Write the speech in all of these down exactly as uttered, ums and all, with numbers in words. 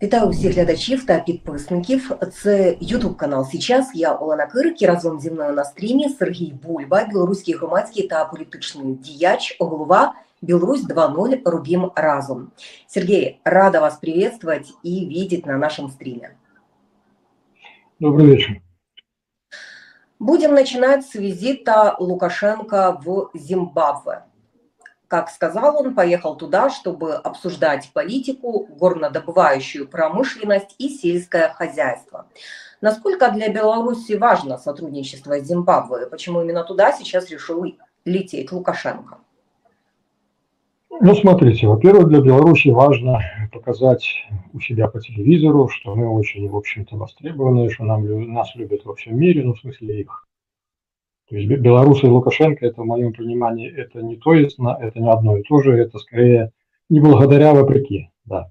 Вітаю всіх глядачів та підписників. Це ютуб канал «Сейчас». Я Олена Кирик і разом зі мною на стрімі Сергій Бульба, білоруський громадський та політичний діяч, голова «Беларусь два ноль. Рубим разом». Сергей, рада вас приветствовать и видеть на нашем стриме. Добрый вечер. Будем начинать с визита Лукашенко в Зимбабве. Как сказал он, поехал туда, чтобы обсуждать политику, горнодобывающую промышленность и сельское хозяйство. Насколько для Беларуси важно сотрудничество с Зимбабве? Почему именно туда сейчас решил лететь Лукашенко? Ну, смотрите, во-первых, для Беларуси важно показать у себя по телевизору, что мы очень, в общем-то, востребованы, что нам, нас любят во всем мире, ну, в смысле их. То есть белорусы и Лукашенко, это в моем понимании, это не то есть, это не одно и то же, это скорее не благодаря, а вопреки, да.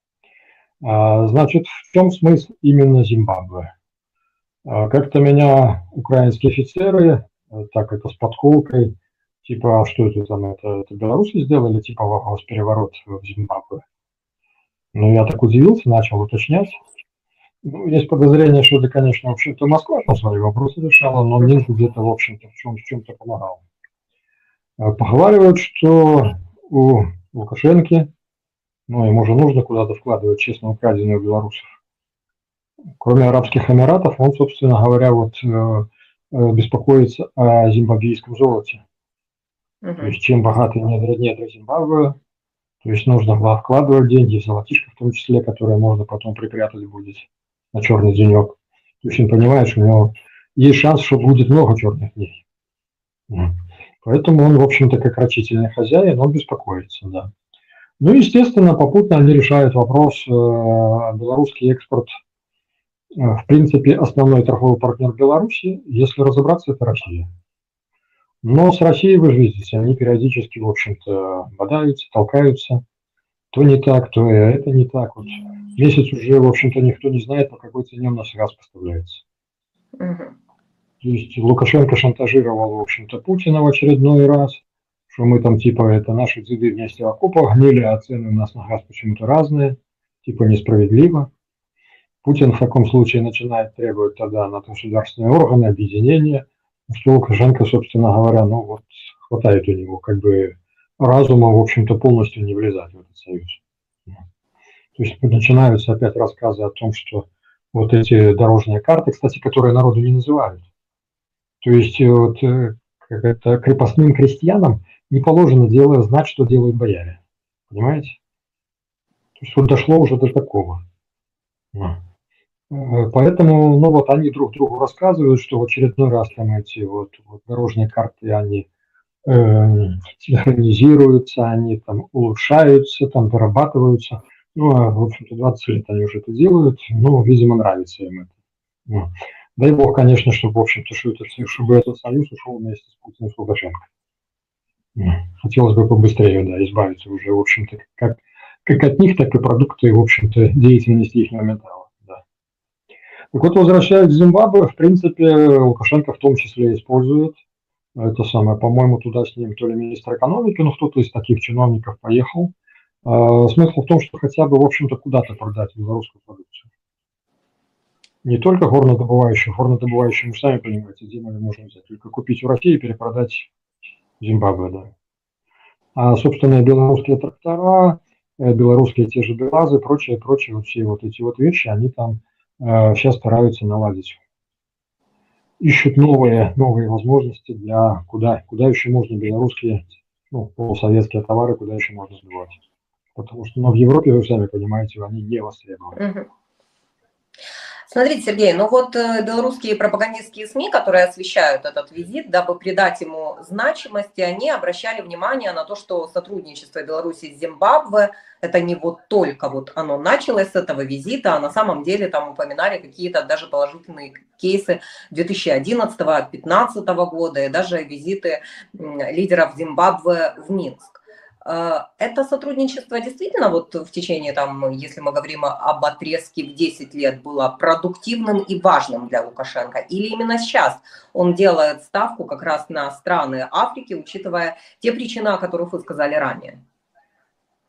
А, значит, в чем смысл именно Зимбабве? А, как-то меня украинские офицеры, так это с подколкой, типа, а что это там, это, это белорусы сделали, типа, вопрос-переворот в Зимбабве. Ну, я так удивился, начал уточнять. Ну, есть подозрение, что это, конечно, вообще-то Москва там свои вопросы решала, но Минск где-то, в общем-то, в, чем, в чем-то помогал. Поговаривают, что у Лукашенко, ну, ему же нужно куда-то вкладывать честно украденную белорусов. Кроме Арабских Эмиратов, он, собственно говоря, вот беспокоится о зимбабвийском золоте. Uh-huh. То есть, чем богаты недра, недра Зимбабве, то есть нужно вкладывать деньги в золотишко, в том числе, которые можно потом припрятать будет на черный денек. То есть он понимает, что у него есть шанс, что будет много черных дней. Поэтому он, в общем-то, как рачительный хозяин, он беспокоится, да. Ну, естественно, попутно они решают вопрос, э, белорусский экспорт, э, в принципе, основной торговый партнер Беларуси, если разобраться, это Россия. Но с Россией, вы же видите, они периодически, в общем-то, бодаются, толкаются. То не так, то и это не так. Вот месяц уже, в общем-то, никто не знает, по какой цене у нас газ поставляется. Uh-huh. То есть Лукашенко шантажировал, в общем-то, Путина в очередной раз, что мы там, типа, это наши деды вместе в окопах гнили, а цены у нас на газ почему-то разные, типа, несправедливо. Путин в таком случае начинает требовать тогда на государственные органы, объединения, что Лукашенко, собственно говоря, ну вот, хватает у него, как бы, разума, в общем-то, полностью не влезать в этот союз. То есть начинаются опять рассказы о том, что вот эти дорожные карты, кстати, которые народу не называют. То есть вот как это, крепостным крестьянам не положено делать, знать, что делают бояре. Понимаете? То есть вот дошло уже до такого. Поэтому, ну вот они друг другу рассказывают, что в очередной раз там эти вот, вот дорожные карты, они синхронизируются, они там улучшаются, там дорабатываются. Ну, а, в общем-то, двадцать лет они уже это делают. Ну, видимо, нравится им это. Ну, дай бог, конечно, чтобы, в общем-то, чтобы этот союз ушел вместе с Путиным, с Лукашенко. Хотелось бы побыстрее, да, избавиться уже, в общем-то, как, как от них, так и продукты, в общем-то, деятельности их моментала. Да. Так вот, возвращаясь к Зимбабве, в принципе, Лукашенко в том числе использует это самое, по-моему, туда с ним то ли министр экономики, но кто-то из таких чиновников поехал. А, смысл в том, что хотя бы, в общем-то, куда-то продать белорусскую продукцию. Не только горнодобывающую, горнодобывающую, вы сами понимаете, где мы можем взять, только купить в России и перепродать в Зимбабве, да. А, собственно, белорусские трактора, белорусские те же БелАЗы, прочие, прочие, вот все вот эти вот вещи, они там э, сейчас стараются наладить. Ищут новые, новые возможности для куда, куда еще можно белорусские, ну, полусоветские товары, куда еще можно сбывать. Потому что, ну, в Европе, вы сами понимаете, они не востребованы. Uh-huh. Смотрите, Сергей, ну вот э, белорусские пропагандистские СМИ, которые освещают этот визит, дабы придать ему значимости, они обращали внимание на то, что сотрудничество Беларуси с Зимбабве, это не вот только вот оно началось с этого визита, а на самом деле там упоминали какие-то даже положительные кейсы две тысячи одиннадцатого — две тысячи пятнадцатого года и даже визиты лидеров Зимбабве в Минск. Это сотрудничество действительно вот в течение, там, если мы говорим об отрезке в десять лет, было продуктивным и важным для Лукашенко? Или именно сейчас он делает ставку как раз на страны Африки, учитывая те причины, о которых вы сказали ранее?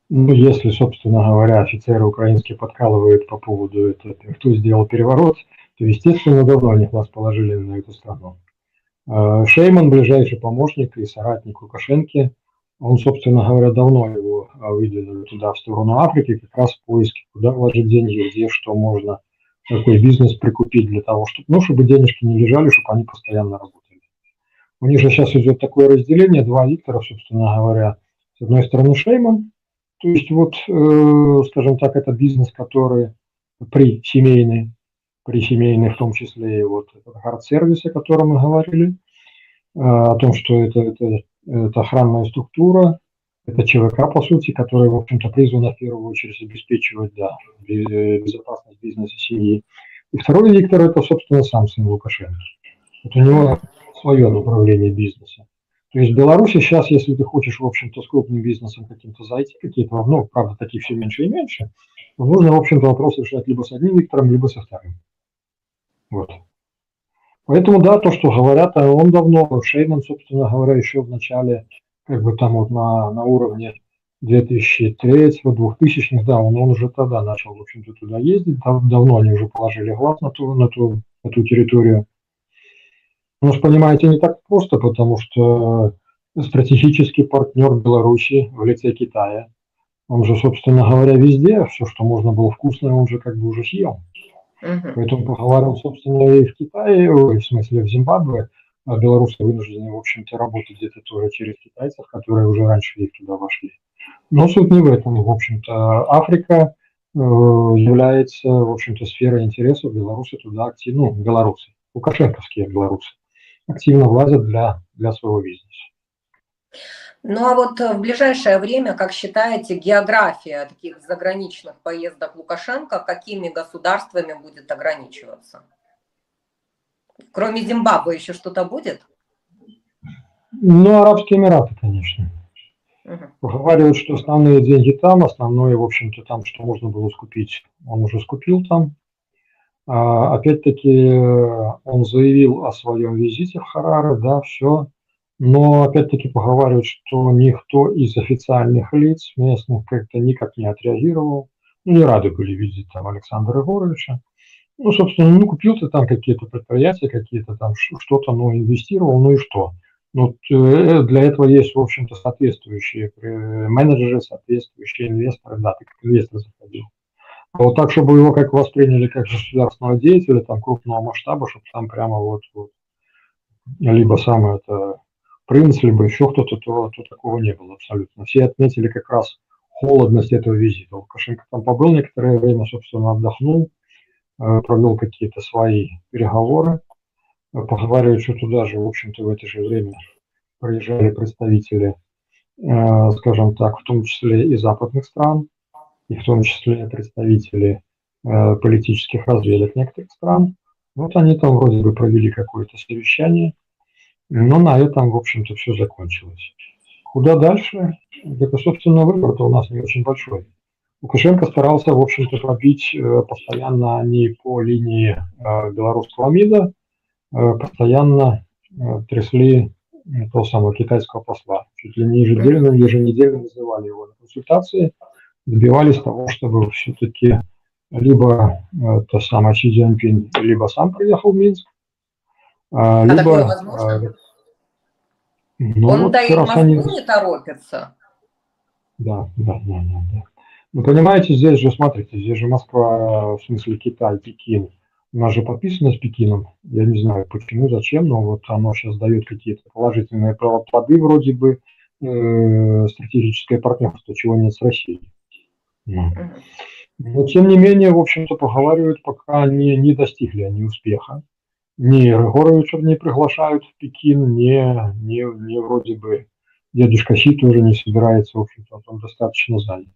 Ну, если, собственно говоря, офицеры украинские подкалывают по поводу этого, кто сделал переворот, то, естественно, давно они глаз положили на эту страну. Шейман, ближайший помощник и соратник Лукашенко, он, собственно говоря, давно его выдвинули туда, в сторону Африки, как раз в поиске, куда вложить деньги, где что можно, какой бизнес прикупить для того, чтобы, ну, чтобы денежки не лежали, чтобы они постоянно работали. У них же сейчас идет такое разделение, два Виктора, собственно говоря. С одной стороны Шейман, то есть вот, э, скажем так, это бизнес, который при семейный, при семейный в том числе и вот хард-сервис, о котором мы говорили, э, о том, что это, это, это охранная структура, это ЧВК, по сути, которая, в общем-то, призвана в первую очередь обеспечивать, да, безопасность бизнеса семьи. И второй Виктор – это, собственно, сам сын Лукашенко. Вот у него свое направление бизнеса. То есть в Беларуси сейчас, если ты хочешь, в общем-то, с крупным бизнесом каким-то зайти, какие-то, ну, правда, таких все меньше и меньше, то нужно, в общем-то, вопрос решать либо с одним Виктором, либо со вторым. Вот. Поэтому, да, то, что говорят, он давно, Шейман, собственно говоря, еще в начале, как бы там вот на, на уровне две тысячи третьего, двухтысячных, да, он, он уже тогда начал, в общем-то, туда ездить, давно они уже положили глаз на ту, на ту, на ту территорию. Ну, вы понимаете, не так просто, потому что стратегический партнер Беларуси в лице Китая, он же, собственно говоря, везде, все, что можно было вкусное, он же как бы уже съел. Uh-huh. Поэтому поговорим, собственно, и в Китае, в смысле в Зимбабве, а белорусы вынуждены, в общем-то, работать где-то тоже через китайцев, которые уже раньше их туда вошли. Но суть не в этом. В общем-то, Африка э, является, в общем-то, сферой интересов. Белорусы туда активно, ну, белорусы, лукашенковские белорусы, активно влазят для, для своего бизнеса. Ну а вот в ближайшее время, как считаете, география таких заграничных поездок Лукашенко какими государствами будет ограничиваться? Кроме Зимбабве еще что-то будет? Ну, Арабские Эмираты, конечно. Угу. Поговаривают, что основные деньги там, основное, в общем-то, там, что можно было скупить, он уже скупил там. А, опять-таки, он заявил о своем визите в Хараре, да, все. Но опять-таки поговаривают, что никто из официальных лиц местных как-то никак не отреагировал. Ну, не рады были видеть там Александра Егоровича. Ну, собственно, ну, купил ты там какие-то предприятия, какие-то там что-то, ну, инвестировал, ну и что? Ну, для этого есть, в общем-то, соответствующие менеджеры, соответствующие инвесторы, да, ты как инвестор заходил. А вот так, чтобы его как восприняли как государственного деятеля, там, крупного масштаба, чтобы там прямо вот, вот либо сам это принц, либо еще кто-то, то, то такого не было абсолютно. Все отметили как раз холодность этого визита. Лукашенко там побыл некоторое время, собственно, отдохнул, провел какие-то свои переговоры. Поговаривают, что туда же, в общем-то, в это же время приезжали представители, скажем так, в том числе и западных стран, и в том числе представители политических разведок некоторых стран. Вот они там вроде бы провели какое-то совещание, но на этом, в общем-то, все закончилось. Куда дальше? Это, собственно, выбор-то у нас не очень большой. Лукашенко старался, в общем-то, пробить постоянно не по линии белорусского МИДа, постоянно трясли того самого китайского посла. Чуть ли не ежедневно, еженедельно вызывали его на консультации, добивались того, чтобы все-таки либо то самое Си Цзиньпин, либо сам приехал в Минск, а либо... такое возможно? Ну, Он вот да и в Москву они... не торопится. Да, да, да, да, да. Вы понимаете, здесь же, смотрите, здесь же Москва, в смысле Китай, Пекин. У нас же подписано с Пекином. Я не знаю, почему, зачем, но вот оно сейчас дает какие-то положительные плоды, вроде бы, э, стратегическое партнерство, чего нет с Россией. Но, но тем не менее, в общем-то, поговаривают, пока не, не достигли они успеха. Ни Егоровича не приглашают в Пекин, не, не, не вроде бы дядюшка Си тоже не собирается, в общем-то, он достаточно занят.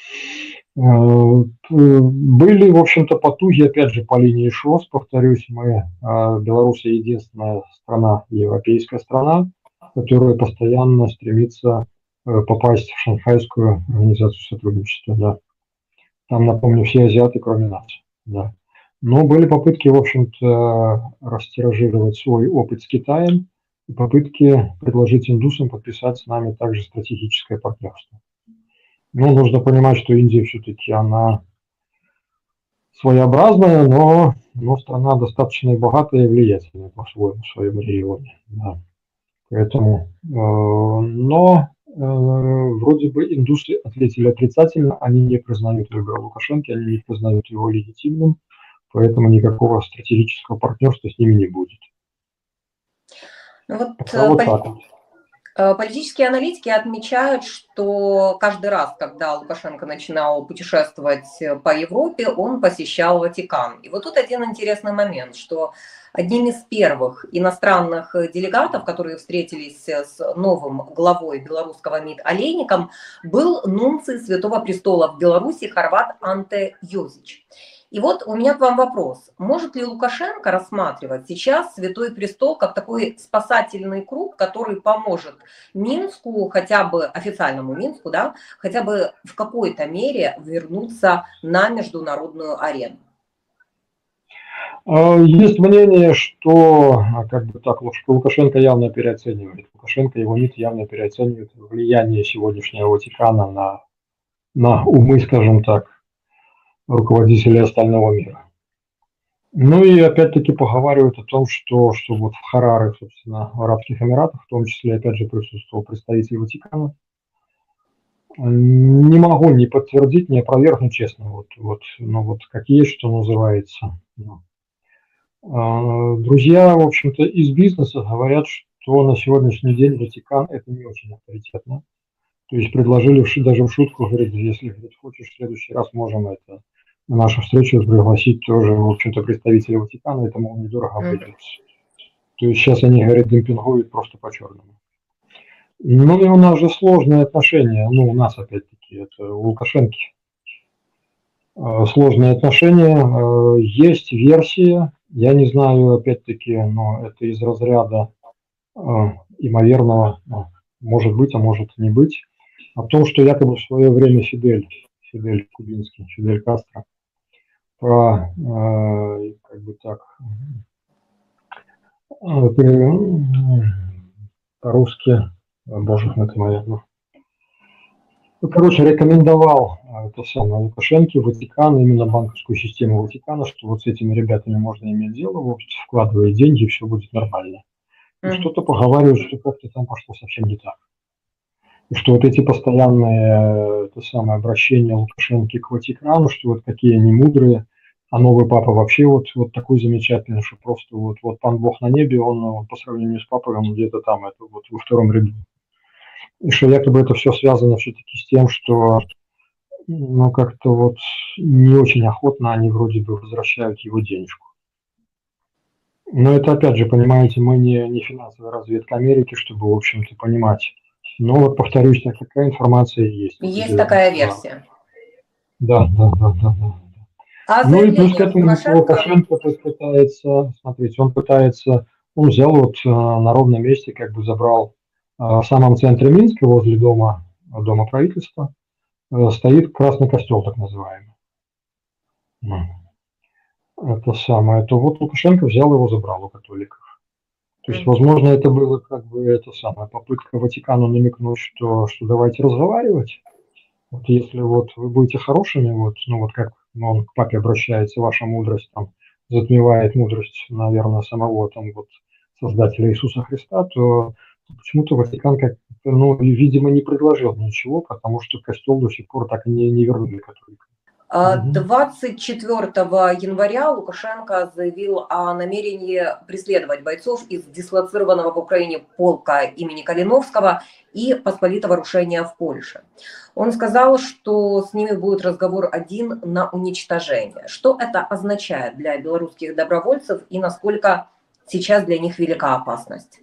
Были, в общем-то, потуги, опять же, по линии ШОС, повторюсь, мы, Беларусь единственная страна, европейская страна, которая постоянно стремится попасть в Шанхайскую организацию сотрудничества, да. Там, напомню, все азиаты, кроме нас, да. Но были попытки, в общем-то, растиражировать свой опыт с Китаем и попытки предложить индусам подписать с нами также стратегическое партнерство. Ну, нужно понимать, что Индия все-таки она своеобразная, но, но страна достаточно богатая и влиятельная по-своему в своем регионе. Да. Поэтому, э, но э, вроде бы индусы ответили отрицательно, они не признают выбор Лукашенко, они не признают его легитимным, поэтому никакого стратегического партнерства с ними не будет. Ну вот, Пока вот так вот. Политические аналитики отмечают, что каждый раз, когда Лукашенко начинал путешествовать по Европе, он посещал Ватикан. И вот тут один интересный момент, что одним из первых иностранных делегатов, которые встретились с новым главой белорусского МИД Олейником, был нунций Святого Престола в Беларуси хорват Анте Йозич. И вот у меня к вам вопрос. Может ли Лукашенко рассматривать сейчас Святой Престол как такой спасательный круг, который поможет Минску, хотя бы официальному Минску, да, хотя бы в какой-то мере вернуться на международную арену? Есть мнение, что как бы так, что Лукашенко явно переоценивает. Лукашенко, его МИД явно переоценивает влияние сегодняшнего Ватикана на, на умы, скажем так, руководителей остального мира. Ну и опять-таки поговаривают о том, что, что вот в Хараре, собственно, в Арабских Эмиратах, в том числе, опять же, присутствовал представитель Ватикана. Не могу ни подтвердить, ни опровергнуть, честно, вот, вот, ну вот как есть, что называется. Друзья, в общем-то, из бизнеса говорят, что на сегодняшний день Ватикан это не очень авторитетно. То есть предложили даже в шутку, говорит, если говорит, хочешь, в следующий раз можем это на нашу встречу пригласить тоже, в общем-то, представителя Ватикана, это, мол, недорого обойдется. То есть сейчас они, говорят, демпингуют просто по-черному. Ну и у нас же сложные отношения, ну у нас опять-таки, это у Лукашенко. Сложные отношения, есть версия, я не знаю, опять-таки, но это из разряда имоверного, может быть, а может не быть, о том, что якобы в свое время Фидель, Фидель кубинский, Фидель Кастро, про, как бы так, по-русски, боже мой, это моя, ну, короче, рекомендовал это самое Лукашенко, Ватикан, именно банковскую систему Ватикана, что вот с этими ребятами можно иметь дело, в общем, вкладывая деньги, все будет нормально. И mm-hmm. что-то поговаривают, что как-то там пошло совсем не так. И что вот эти постоянные это самое, обращения Лукашенко к Ватикану, что вот какие они мудрые, а новый папа вообще вот, вот такой замечательный, что просто вот, вот пан Бог на небе, он, он по сравнению с папой, он где-то там, это вот во втором ряду. И что якобы это все связано все-таки с тем, что ну как-то вот не очень охотно они вроде бы возвращают его денежку. Но это опять же, понимаете, мы не, не финансовая разведка Америки, чтобы, в общем-то, понимать. Но вот повторюсь, такая информация есть. Есть такая версия. Да, да, да, да, да. А ну и плюс к этому Лукашенко пытается, смотрите, он пытается, он взял вот на ровном месте, как бы забрал в самом центре Минска, возле дома, дома правительства, стоит Красный костел, так называемый. Это самое, то вот Лукашенко взял его, забрал у католиков. То есть, возможно, это было как бы это самое, попытка Ватикану намекнуть, что, что давайте разговаривать. Вот если вот вы будете хорошими, вот, ну вот как ну, он к папе обращается, ваша мудрость там затмевает мудрость, наверное, самого там вот создателя Иисуса Христа, то почему-то Ватикан как ну, видимо, не предложил ничего, потому что костел до сих пор так и не, не вернули католикам. двадцать четвёртого января Лукашенко заявил о намерении преследовать бойцов из дислоцированного в Украине полка имени Калиновского и посполитого рушения в Польше. Он сказал, что с ними будет разговор один на уничтожение. Что это означает для белорусских добровольцев и насколько сейчас для них велика опасность?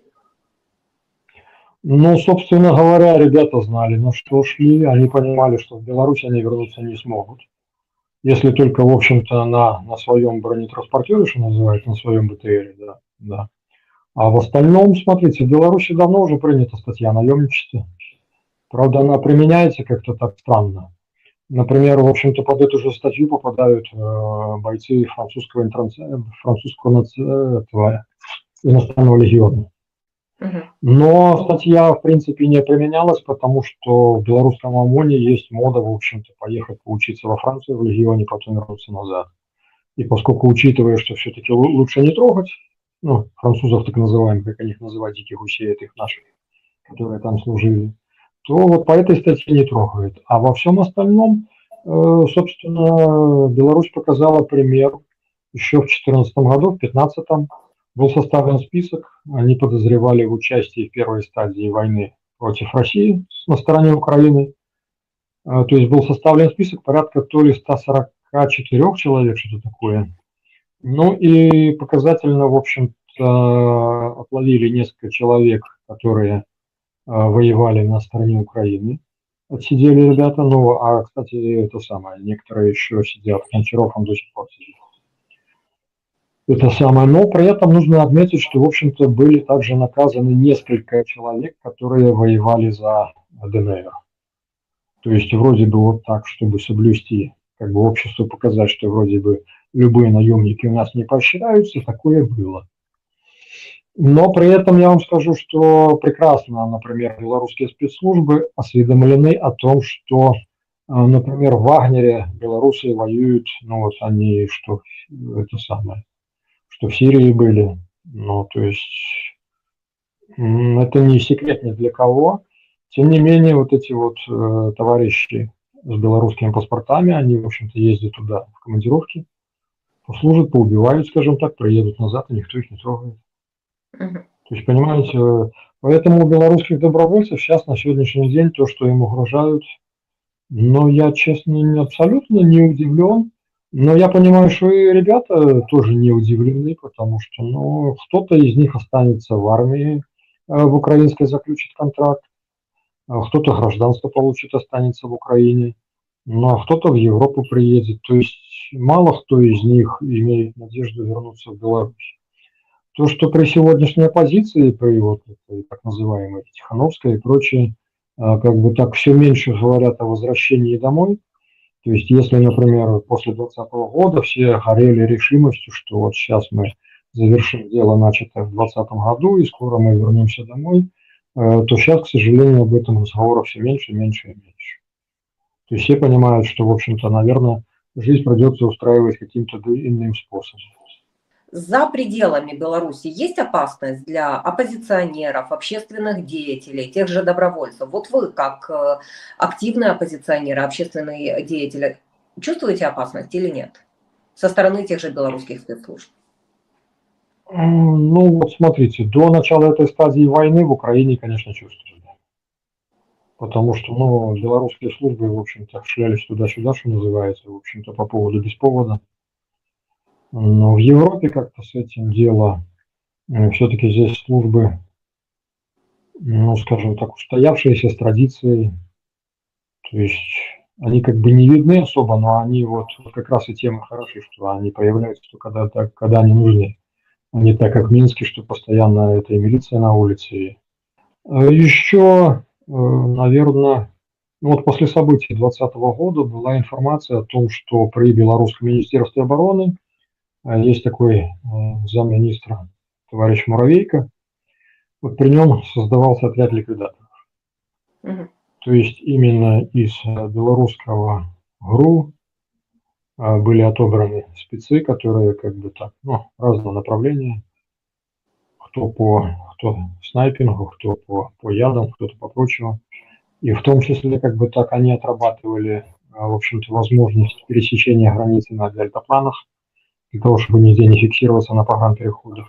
Ну, собственно говоря, ребята знали, на что шли. Они понимали, что в Беларусь они вернуться не смогут. Если только, в общем-то, на, на своем бронетранспортере, что называется, на своем БТРе, да, да. А в остальном, смотрите, в Беларуси давно уже принята статья о наемничестве. Правда, она применяется как-то так странно. Например, в общем-то, под эту же статью попадают э, бойцы французского, французского этого, иностранного легиона. Но статья, в принципе, не применялась, потому что в белорусском ОМОНе есть мода, в общем-то, поехать поучиться во Францию в легионе, потом вернуться назад. И поскольку, учитывая, что все-таки лучше не трогать, ну, французов так называемых, как они их называют, диких гусей, этих наших, которые там служили, то вот по этой статье не трогают. А во всем остальном, собственно, Беларусь показала пример. Еще в две тысячи четырнадцатом году, в две тысячи пятнадцатом был составлен список, они подозревали в участии в первой стадии войны против России на стороне Украины. То есть был составлен список порядка то ли ста сорока четырёх человек, что-то такое. Ну и показательно, в общем-то, отловили несколько человек, которые воевали на стороне Украины. Отсидели ребята, ну, а, кстати, это самое, некоторые еще сидят, Гончаров, он до сих пор сидит. Это самое, но при этом нужно отметить, что, в общем-то, были также наказаны несколько человек, которые воевали за ДНР. То есть вроде бы вот так, чтобы соблюсти, как бы обществу показать, что вроде бы любые наемники у нас не поощряются, такое было. Но при этом я вам скажу, что прекрасно, например, белорусские спецслужбы осведомлены о том, что, например, в Вагнере белорусы воюют, ну вот они, что это самое, что в Сирии были, ну то есть это не секрет ни для кого. Тем не менее, вот эти вот э, товарищи с белорусскими паспортами, они, в общем-то, ездят туда в командировки, послужат, поубивают, скажем так, приедут назад, и никто их не трогает. Uh-huh. То есть, понимаете, поэтому у белорусских добровольцев сейчас на сегодняшний день то, что им угрожают, но я, честно, абсолютно не удивлен. Но я понимаю, что и ребята тоже не удивлены, потому что ну, кто-то из них останется в армии, в украинской заключит контракт, кто-то гражданство получит, останется в Украине, ну а кто-то в Европу приедет. То есть мало кто из них имеет надежду вернуться в Беларусь. То, что при сегодняшней оппозиции, при вот этой так называемой Тихановской и прочее, как бы так все меньше говорят о возвращении домой. То есть если, например, после двадцатого года все горели решимостью, что вот сейчас мы завершим дело, начатое в двадцатом году, и скоро мы вернемся домой, то сейчас, к сожалению, об этом разговоров все меньше, меньше и меньше. То есть все понимают, что, в общем-то, наверное, жизнь придется устраивать каким-то иным способом. За пределами Беларуси есть опасность для оппозиционеров, общественных деятелей, тех же добровольцев? Вот вы, как активные оппозиционеры, общественные деятели, чувствуете опасность или нет со стороны тех же белорусских спецслужб? Ну вот смотрите, до начала этой стадии войны в Украине, конечно, чувствовали. Потому что, ну, белорусские службы, в общем-то, шлялись туда-сюда, что называется, в общем-то, по поводу без повода. Но в Европе как-то с этим дело, все-таки здесь службы, ну, скажем так, устоявшиеся с традицией. То есть они как бы не видны особо, но они вот, вот как раз и тема хороши, что они появляются только когда, когда они нужны. Не так, как в Минске, что постоянно это и милиция на улице. Еще, наверное, вот после событий двадцатого года была информация о том, что при Белорусском министерстве обороны есть такой замминистра, товарищ Муравейко. Вот при нем создавался отряд ликвидаторов. Uh-huh. То есть именно из белорусского ГРУ были отобраны спецы, которые как бы так, ну, разного направления. Кто по кто снайпингу, кто по, по ядам, кто-то по прочему. И в том числе как бы так они отрабатывали, в общем-то, возможность пересечения границы на дельтапланах, для того, чтобы нигде не фиксироваться на погранпереходах.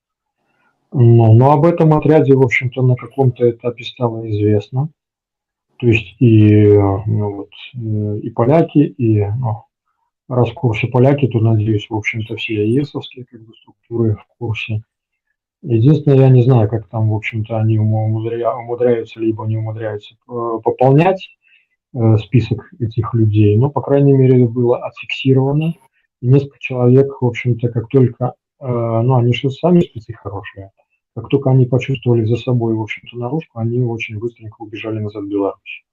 Но, но об этом отряде, в общем-то, на каком-то этапе стало известно. То есть и, ну, вот, и поляки, и, ну, раз в курсе поляки, то, надеюсь, в общем-то, все ЕСовские как бы, структуры в курсе. Единственное, я не знаю, как там, в общем-то, они умудря... умудряются, либо не умудряются пополнять э, список этих людей, но, по крайней мере, было отфиксировано. И несколько человек, в общем-то, как только, э, ну, они же сами спецы хорошие, как только они почувствовали за собой, в общем-то, наружку, они очень быстренько убежали назад в Беларусь.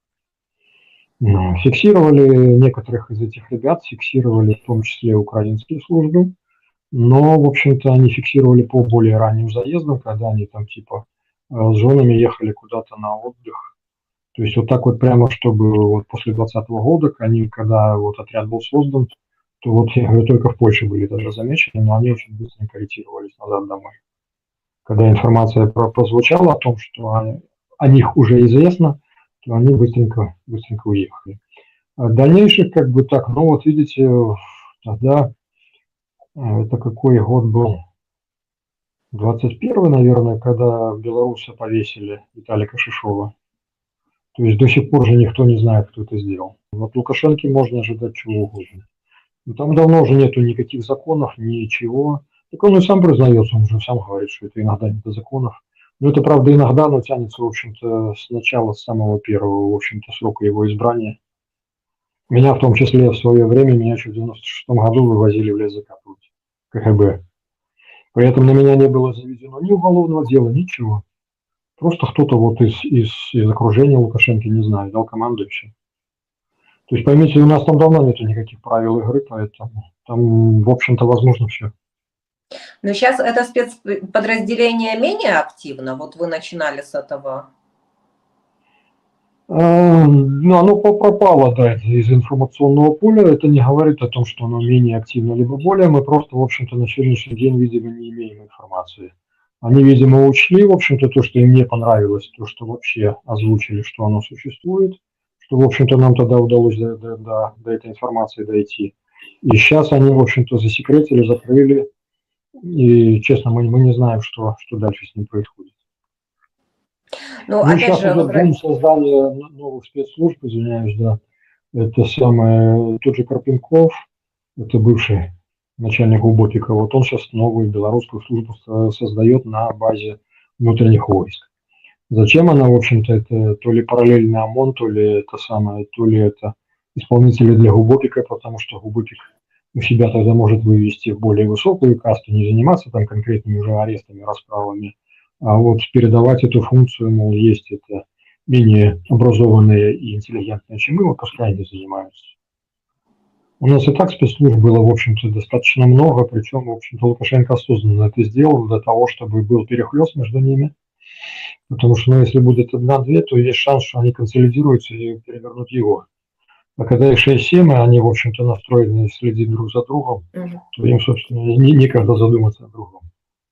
Фиксировали некоторых из этих ребят, фиксировали в том числе украинские службы. Но, в общем-то, они фиксировали по более ранним заездам, когда они там типа с женами ехали куда-то на отдых. То есть вот так вот прямо, чтобы вот после двадцатого года, они, когда вот отряд был создан, то вот, я говорю, только в Польше были тогда замечены, но они очень быстро корректировались назад домой. Когда информация про прозвучала о том, что они, о них уже известно, то они быстренько, быстренько уехали. А дальнейших, как бы так, ну вот видите, тогда, это какой год был? двадцать первый, наверное, когда белоруса повесили Виталика Шишова. То есть до сих пор же никто не знает, кто это сделал. От Лукашенко можно ожидать чего угодно. Но там давно уже нету никаких законов, ничего. Так он и сам признается, он же сам говорит, что это иногда нет законов. Но это, правда, иногда, но тянется, в общем-то, с начала, с самого первого, в общем-то, срока его избрания. Меня в том числе в свое время, меня еще в девяносто шестом году вывозили в лес закапывать, КГБ. При этом на меня не было заведено ни уголовного дела, ничего. Просто кто-то вот из, из, из окружения Лукашенко, не знаю, дал команду и все. То есть, поймите, у нас там давно нету никаких правил игры, поэтому там, в общем-то, возможно все. Но сейчас это спецподразделение менее активно, вот вы начинали с этого. Ну, оно пропало, да, из информационного поля. Это не говорит о том, что оно менее активно, либо более. Мы просто, в общем-то, на сегодняшний день, видимо, не имеем информации. Они, видимо, учли, в общем-то, то, что им не понравилось, то, что вообще озвучили, что оно существует, что, в общем-то, нам тогда удалось до, до, до, до этой информации дойти. И сейчас они, в общем-то, засекретили, закрыли. И, честно, мы, мы не знаем, что, что дальше с ним происходит. Ну, ну опять сейчас же, идет бум создания новых спецслужб, извиняюсь, да. Это самое, тот же Карпенков, это бывший начальник УБОПика, вот он сейчас новую белорусскую службу создает на базе внутренних войск. Зачем она, в общем-то, это то ли параллельный ОМОН, то ли это самое, то ли это исполнители для УБОПика, потому что УБОПик у себя тогда может вывести в более высокую касту, не заниматься там конкретными уже арестами, расправами, а вот передавать эту функцию, мол, есть это менее образованные и интеллигентные, чем мы, вот пускай они занимаются. У нас и так спецслужб было, в общем-то, достаточно много, причем, в общем-то, Лукашенко осознанно это сделал для того, чтобы был перехлёст между ними, потому что, ну, если будет одна-две, то есть шанс, что они консолидируются и перевернут его. А когда их шесть-семь, и они, в общем-то, настроены следить друг за другом, угу. то им, собственно, не, некогда задуматься о другом.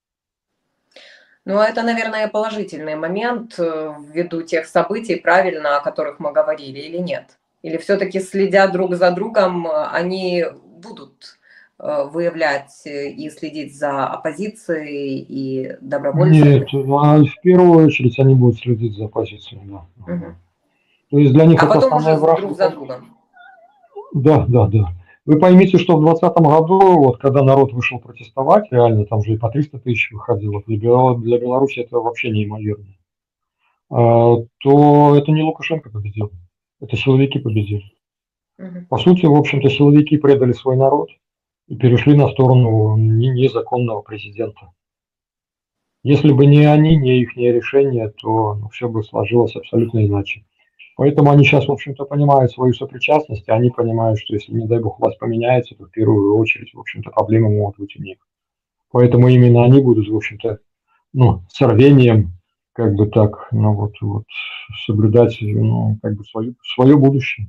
Ну, это, наверное, положительный момент ввиду тех событий, правильно, о которых мы говорили, или нет? Или все-таки, следя друг за другом, они будут выявлять и следить за оппозицией и добровольцами? Нет, в первую очередь они будут следить за оппозицией, да. Угу. То есть для них а это потом уже враг... друг за другом. Да, да, да. Вы поймите, что в двадцатом году, вот когда народ вышел протестовать, реально там же и по триста тысяч выходило, для, для Беларуси это вообще неимоверно, а, то это не Лукашенко победил, это силовики победили. Угу. По сути, в общем-то, силовики предали свой народ и перешли на сторону незаконного президента. Если бы не они, не их решение, то ну, все бы сложилось абсолютно иначе. Поэтому они сейчас, в общем-то, понимают свою сопричастность, и они понимают, что если, не дай бог, власть поменяется, то в первую очередь, в общем-то, проблемы могут быть у них. Поэтому именно они будут, в общем-то, ну, с рвением, как бы так, ну, вот, вот соблюдать, ну, как бы свое, свое будущее.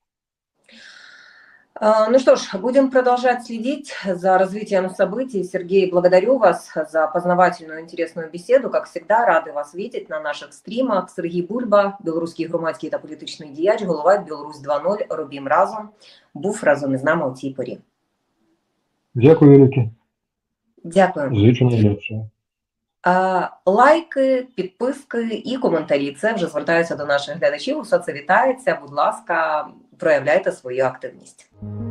Ну что ж, будем продолжать следить за развитием событий. Сергей, благодарю вас за познавательную, интересную беседу. Как всегда, рады вас видеть на наших стримах. Сергій Бульба, білоруський громадський та політичний діяч, голова Білорусь два нуль, робім разом, був разом із нами у цій порі. Дякую, велике. Дякую. Звичайно, дякую. Лайки, підписки і коментарі. Це вже звертаються до наших глядачів. Усе це вітається. Будь ласка, проявляйте свою активність.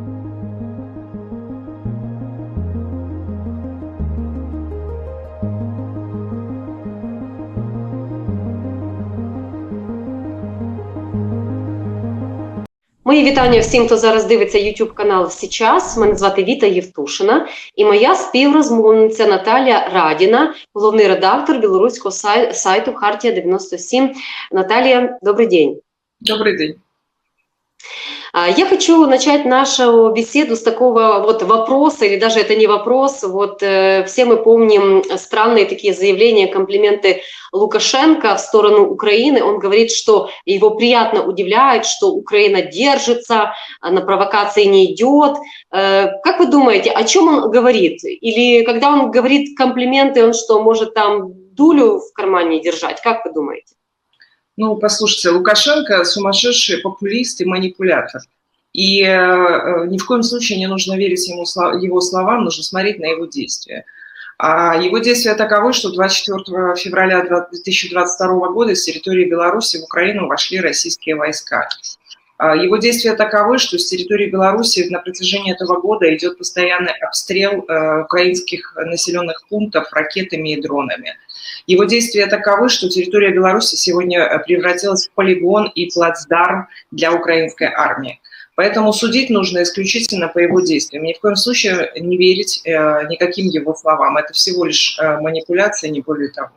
Мої вітання всім, хто зараз дивиться YouTube канал «Сейчас». Мене звати Віта Євтушина і моя співрозмовниця Наталія Радіна, головний редактор білоруського сайту «Хартія дев'яносто сім». Наталія, добрий день. Добрий день. Я хочу начать нашу беседу с такого вот вопроса, или даже это не вопрос. Вот э, все мы помним странные такие заявления, комплименты Лукашенко в сторону Украины. Он говорит, что его приятно удивляет, что Украина держится, на провокации не идет. Э, как вы думаете, о чем он говорит? Или когда он говорит комплименты, он что, может там дулю в кармане держать? Как вы думаете? Ну, послушайте, Лукашенко сумасшедший популист и манипулятор. И э, ни в коем случае не нужно верить ему, его словам, нужно смотреть на его действия. А его действия таковы, что двадцать четвёртого февраля две тысячи двадцать второго года с территории Беларуси в Украину вошли российские войска. Его действия таковы, что с территории Беларуси на протяжении этого года идет постоянный обстрел э, украинских населенных пунктов ракетами и дронами. Его действия таковы, что территория Беларуси сегодня превратилась в полигон и плацдарм для украинской армии. Поэтому судить нужно исключительно по его действиям. Ни в коем случае не верить э, никаким его словам. Это всего лишь э, манипуляция, не более того.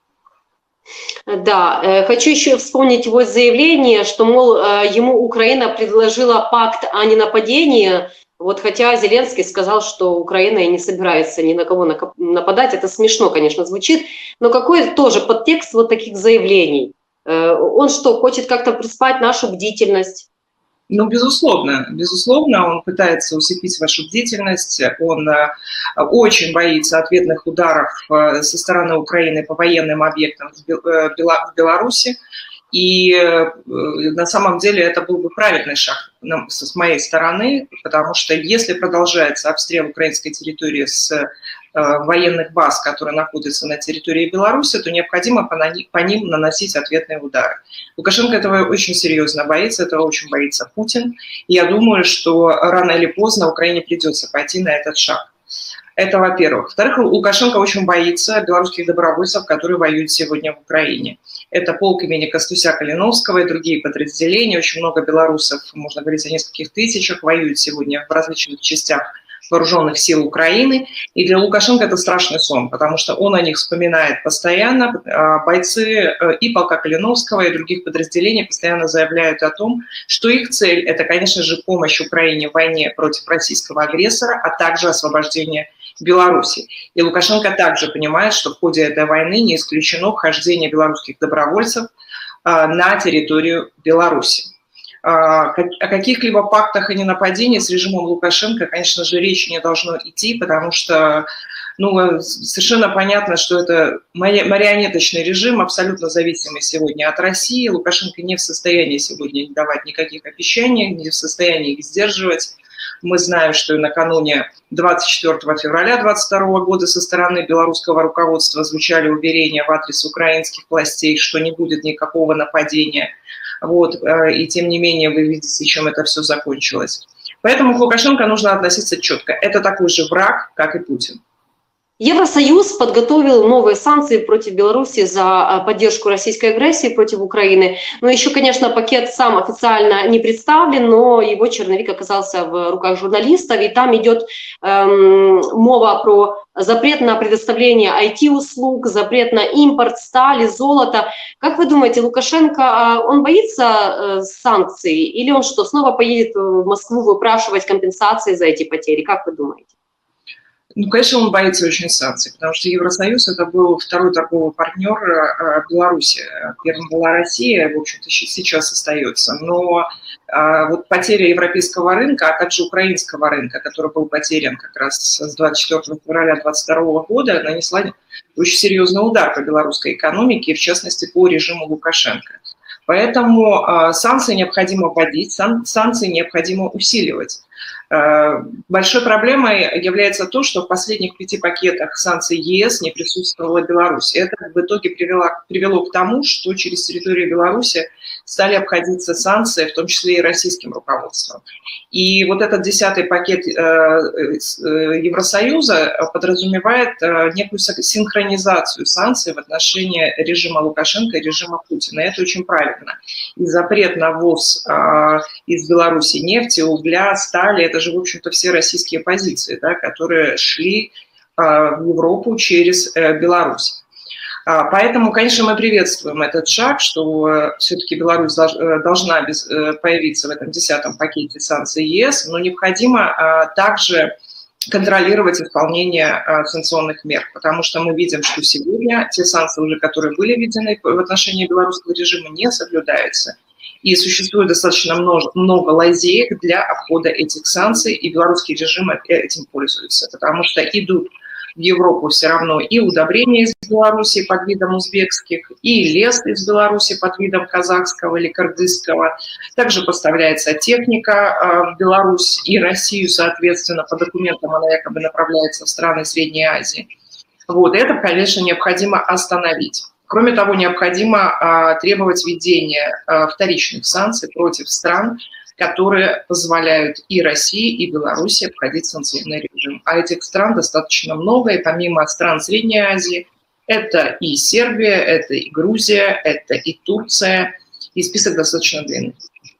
Да, э, хочу еще вспомнить его заявление, что, мол, э, ему Украина предложила пакт о ненападении. Вот хотя Зеленский сказал, что Украина и не собирается ни на кого нападать, это смешно, конечно, звучит, но какой тоже подтекст вот таких заявлений? Он что, хочет как-то приспать нашу бдительность? Ну, безусловно, безусловно, он пытается усыпить вашу бдительность, он очень боится ответных ударов со стороны Украины по военным объектам в Беларуси. И на самом деле это был бы правильный шаг с моей стороны, потому что если продолжается обстрел украинской территории с военных баз, которые находятся на территории Беларуси, то необходимо по ним наносить ответные удары. Лукашенко этого очень серьезно боится, этого очень боится Путин. И я думаю, что рано или поздно Украине придется пойти на этот шаг. Это во-первых. Во-вторых, Лукашенко очень боится белорусских добровольцев, которые воюют сегодня в Украине. Это полк имени Костуся-Калиновского и другие подразделения. Очень много белорусов, можно говорить о нескольких тысячах, воюют сегодня в различных частях вооруженных сил Украины. И для Лукашенко это страшный сон, потому что он о них вспоминает постоянно. Бойцы и полка Калиновского, и других подразделений постоянно заявляют о том, что их цель – это, конечно же, помощь Украине в войне против российского агрессора, а также освобождение Беларуси. И Лукашенко также понимает, что в ходе этой войны не исключено вхождение белорусских добровольцев на территорию Беларуси. О каких-либо пактах и ненападении с режимом Лукашенко, конечно же, речи не должно идти, потому что ну, совершенно понятно, что это марионеточный режим, абсолютно зависимый сегодня от России. Лукашенко не в состоянии сегодня давать никаких обещаний, не в состоянии их сдерживать. Мы знаем, что и накануне двадцать четвёртого февраля две тысячи двадцать второго года со стороны белорусского руководства звучали уверения в адрес украинских властей, что не будет никакого нападения. Вот. И тем не менее вы видите, чем это все закончилось. Поэтому к Лукашенко нужно относиться четко. Это такой же враг, как и Путин. Евросоюз подготовил новые санкции против Беларуси за поддержку российской агрессии против Украины. Но еще, конечно, пакет сам официально не представлен, но его черновик оказался в руках журналистов, и там идет эм, мова про запрет на предоставление ай ти-услуг, запрет на импорт стали, золота. Как вы думаете, Лукашенко, он боится э, санкций, или он что, снова поедет в Москву выпрашивать компенсации за эти потери? Как вы думаете? Ну, конечно, он боится очень санкций, потому что Евросоюз – это был второй торговый партнер Беларуси. Первым была Россия, в общем-то, сейчас остается. Но вот потеря европейского рынка, а также украинского рынка, который был потерян как раз с двадцать четвёртого февраля две тысячи двадцать второго года, нанесла очень серьезный удар по белорусской экономике, в частности, по режиму Лукашенко. Поэтому санкции необходимо вводить, санкции необходимо усиливать. Большой проблемой является то, что в последних пяти пакетах санкций ЕС не присутствовала Беларусь. Это в итоге привело, привело к тому, что через территорию Беларуси стали обходиться санкции, в том числе и российским руководством. И вот этот десятый пакет Евросоюза подразумевает некую синхронизацию санкций в отношении режима Лукашенко и режима Путина. И это очень правильно. И запрет на ввоз из Беларуси нефти, угля, стали – это же, в общем-то, все российские позиции, да, которые шли в Европу через Беларусь. Поэтому, конечно, мы приветствуем этот шаг, что все-таки Беларусь должна появиться в этом десятом пакете санкций ЕС, но необходимо также контролировать исполнение санкционных мер, потому что мы видим, что сегодня те санкции, уже которые были введены в отношении белорусского режима, не соблюдаются. И существует достаточно много, много лазеек для обхода этих санкций, и белорусский режим этим пользуется, потому что идут в Европу все равно и удобрения из Беларуси под видом узбекских, и лес из Беларуси под видом казахского или кыргызского. Также поставляется техника в Беларусь и Россию, соответственно, по документам она якобы направляется в страны Средней Азии. Вот, это, конечно, необходимо остановить. Кроме того, необходимо требовать введения вторичных санкций против стран, которые позволяют и России, и Беларуси обходить санкционный режим. А этих стран достаточно много, и помимо стран Средней Азии, это и Сербия, это и Грузия, это и Турция, и список достаточно длинный.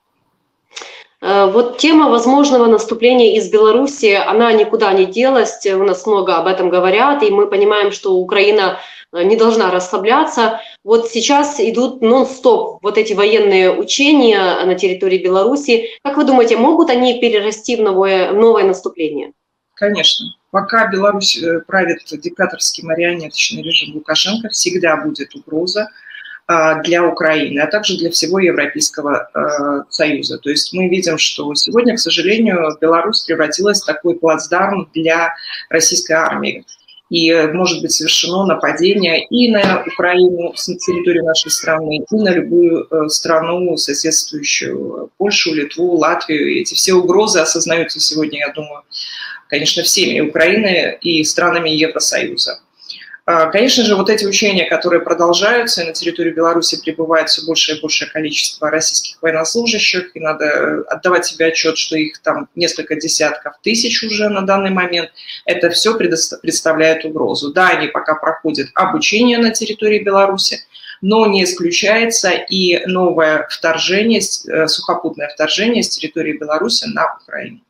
Вот тема возможного наступления из Беларуси, она никуда не делась, у нас много об этом говорят, и мы понимаем, что Украина не должна расслабляться. Вот сейчас идут нон-стоп вот эти военные учения на территории Беларуси. Как вы думаете, могут они перерасти в новое, в новое наступление? Конечно. Пока Беларусь правит диктаторский марионеточный режим Лукашенко, всегда будет угроза для Украины, а также для всего Европейского э, Союза. То есть мы видим, что сегодня, к сожалению, Беларусь превратилась в такой плацдарм для российской армии. И может быть совершено нападение и на Украину с территории нашей страны, и на любую э, страну, соседствующую Польшу, Литву, Латвию. И эти все угрозы осознаются сегодня, я думаю, конечно, всеми Украины и странами Евросоюза. Конечно же, вот эти учения, которые продолжаются, и на территории Беларуси прибывает все большее и большее количество российских военнослужащих, и надо отдавать себе отчет, что их там несколько десятков тысяч уже на данный момент, это все представляет угрозу. Да, они пока проходят обучение на территории Беларуси, но не исключается и новое вторжение, сухопутное вторжение с территории Беларуси на Украину.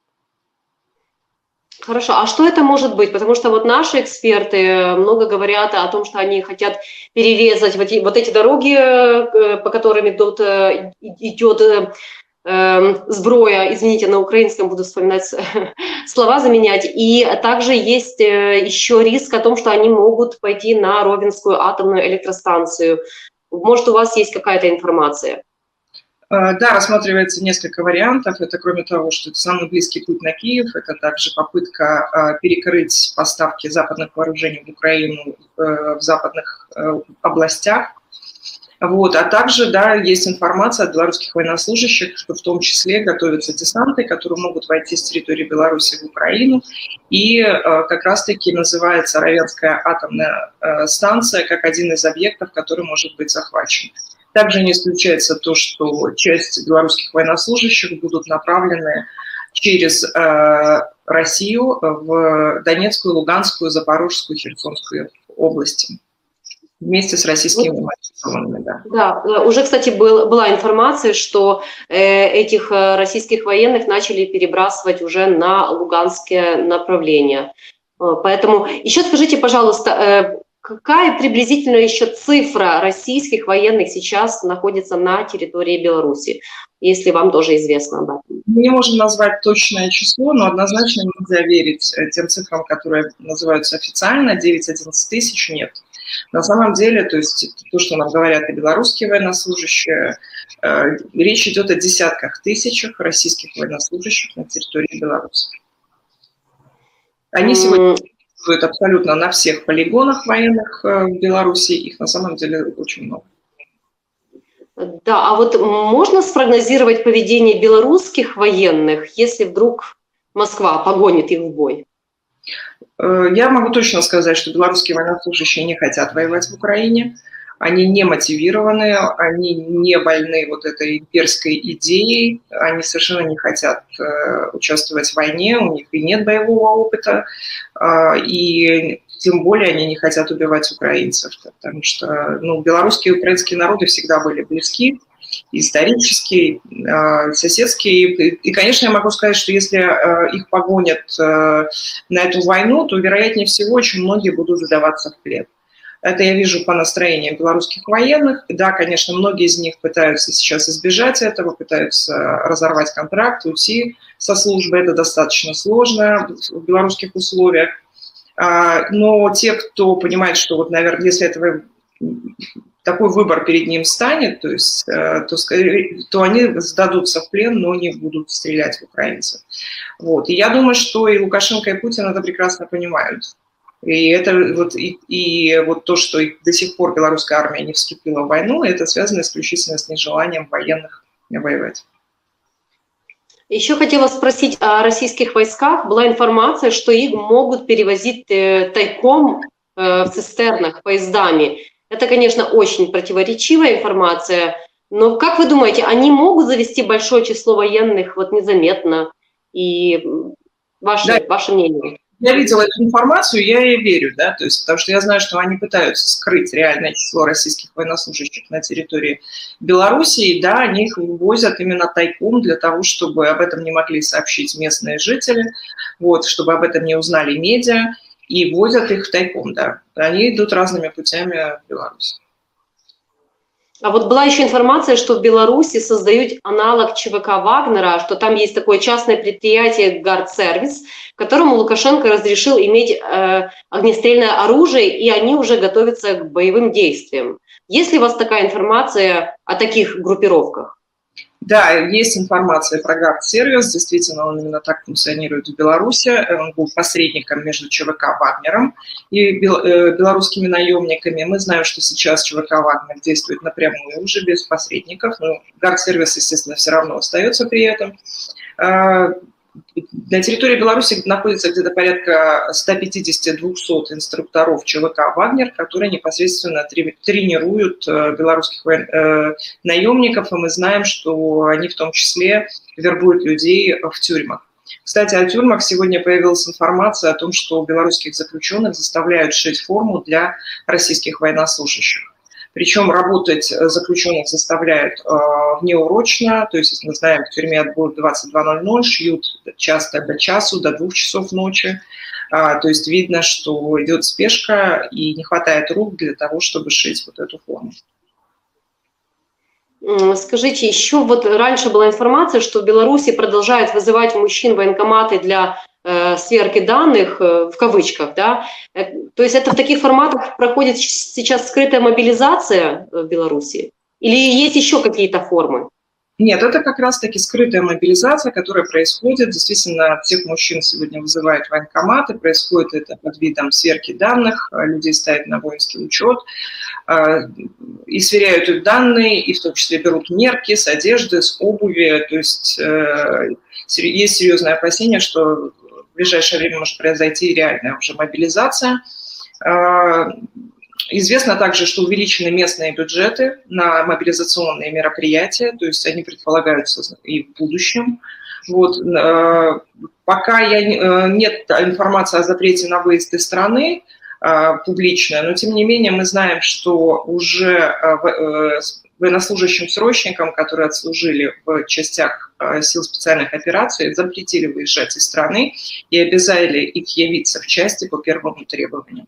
Хорошо, а что это может быть? Потому что вот наши эксперты много говорят о том, что они хотят перерезать вот эти, вот эти дороги, по которым идут, идет э, сброя, извините, на украинском буду вспоминать слова заменять. И также есть еще риск о том, что они могут пойти на Ровенскую атомную электростанцию. Может, у вас есть какая-то информация? Да, рассматривается несколько вариантов. Это, кроме того, что это самый близкий путь на Киев, это также попытка перекрыть поставки западных вооружений в Украину в западных областях. Вот. А также, да, есть информация от белорусских военнослужащих, что в том числе готовятся десанты, которые могут войти с территории Беларуси в Украину. И как раз-таки называется Ровенская атомная станция как один из объектов, который может быть захвачен. Также не исключается то, что часть белорусских военнослужащих будут направлены через э, Россию в Донецкую, Луганскую, Запорожскую, Херсонскую области вместе с российскими мобилизованными. Да. Да, уже, кстати, был, была информация, что э, этих российских военных начали перебрасывать уже на луганское направление. Поэтому еще скажите, пожалуйста, э, какая приблизительно еще цифра российских военных сейчас находится на территории Беларуси, если вам тоже известно об этом? Мы не можем назвать точное число, но однозначно нельзя верить тем цифрам, которые называются официально, девять-одиннадцать тысяч, нет. На самом деле, то есть то, что нам говорят и белорусские военнослужащие, э, речь идет о десятках тысячах российских военнослужащих на территории Беларуси. Они сегодня существуют абсолютно на всех полигонах военных в Беларуси, их на самом деле очень много. Да, а вот можно спрогнозировать поведение белорусских военных, если вдруг Москва погонит их в бой? Я могу точно сказать, что белорусские военнослужащие не хотят воевать в Украине. Они не мотивированы, они не больны вот этой имперской идеей, они совершенно не хотят э, участвовать в войне, у них и нет боевого опыта, э, и тем более они не хотят убивать украинцев, потому что ну, белорусские и украинские народы всегда были близки, исторические, э, соседские. И, и, конечно, я могу сказать, что если э, их погонят э, на эту войну, то, вероятнее всего, очень многие будут задаваться в плен. Это я вижу по настроениям белорусских военных. Да, конечно, многие из них пытаются сейчас избежать этого, пытаются разорвать контракт, уйти со службы. Это достаточно сложно в белорусских условиях. Но те, кто понимает, что, вот, наверное, если этого, такой выбор перед ним станет, то, есть, то, то они сдадутся в плен, но не будут стрелять в украинцев. Вот. И я думаю, что и Лукашенко, и Путин это прекрасно понимают. И это вот, и, и вот то, что до сих пор белорусская армия не вступила в войну, это связано исключительно с нежеланием военных воевать. Еще хотела спросить о российских войсках. Была информация, что их могут перевозить тайком в цистернах поездами. Это, конечно, очень противоречивая информация. Но как вы думаете, они могут завести большое число военных вот незаметно? И ваше, да. ваше мнение? Я видела эту информацию, я ей верю, да, то есть, потому что я знаю, что они пытаются скрыть реальное число российских военнослужащих на территории Белоруссии, да, они их вывозят именно тайком для того, чтобы об этом не могли сообщить местные жители, вот, чтобы об этом не узнали медиа, и возят их тайком, да. Они идут разными путями в Беларусь. А вот была еще информация, что в Беларуси создают аналог ЧВК Вагнера, что там есть такое частное предприятие Гардсервис, которому Лукашенко разрешил иметь э, огнестрельное оружие, и они уже готовятся к боевым действиям. Есть ли у вас такая информация о таких группировках? Да, есть информация про Гардсервис, действительно, он именно так функционирует в Беларуси. Он был посредником между ЧВК Вагнером и белорусскими наемниками. Мы знаем, что сейчас ЧВК Вагнер действует напрямую, уже без посредников, но Гардсервис, естественно, все равно остается при этом. На территории Беларуси находится где-то порядка ста пятидесяти — двухсот инструкторов ЧВК «Вагнер», которые непосредственно тренируют белорусских наемников, и мы знаем, что они в том числе вербуют людей в тюрьмах. Кстати, о тюрьмах сегодня появилась информация о том, что белорусских заключенных заставляют шить форму для российских военнослужащих. Причем работать заключенных заставляют э, внеурочно, то есть, мы знаем, в тюрьме отбой двадцать два ноль ноль, шьют часто до часу, до двух часов ночи. А, то есть видно, что идет спешка и не хватает рук для того, чтобы шить вот эту форму. Скажите, еще вот раньше была информация, что в Беларуси продолжают вызывать мужчин в военкоматы для э, сверки данных, э, в кавычках, да? Э, то есть это в таких форматах проходит сейчас скрытая мобилизация в Беларуси? Или есть еще какие-то формы? Нет, это как раз-таки скрытая мобилизация, которая происходит. Действительно, всех мужчин сегодня вызывают в военкоматы. Происходит это под видом сверки данных. Людей ставят на воинский учет и сверяют их данные, и в том числе берут мерки с одежды, с обуви. То есть есть серьезное опасение, что в ближайшее время может произойти реальная уже мобилизация. Известно также, что увеличены местные бюджеты на мобилизационные мероприятия, то есть они предполагаются и в будущем. Вот. Пока я, нет информации о запрете на выезд из страны публичная, но тем не менее мы знаем, что уже военнослужащим-срочникам, которые отслужили в частях сил специальных операций, запретили выезжать из страны и обязали их явиться в части по первому требованию.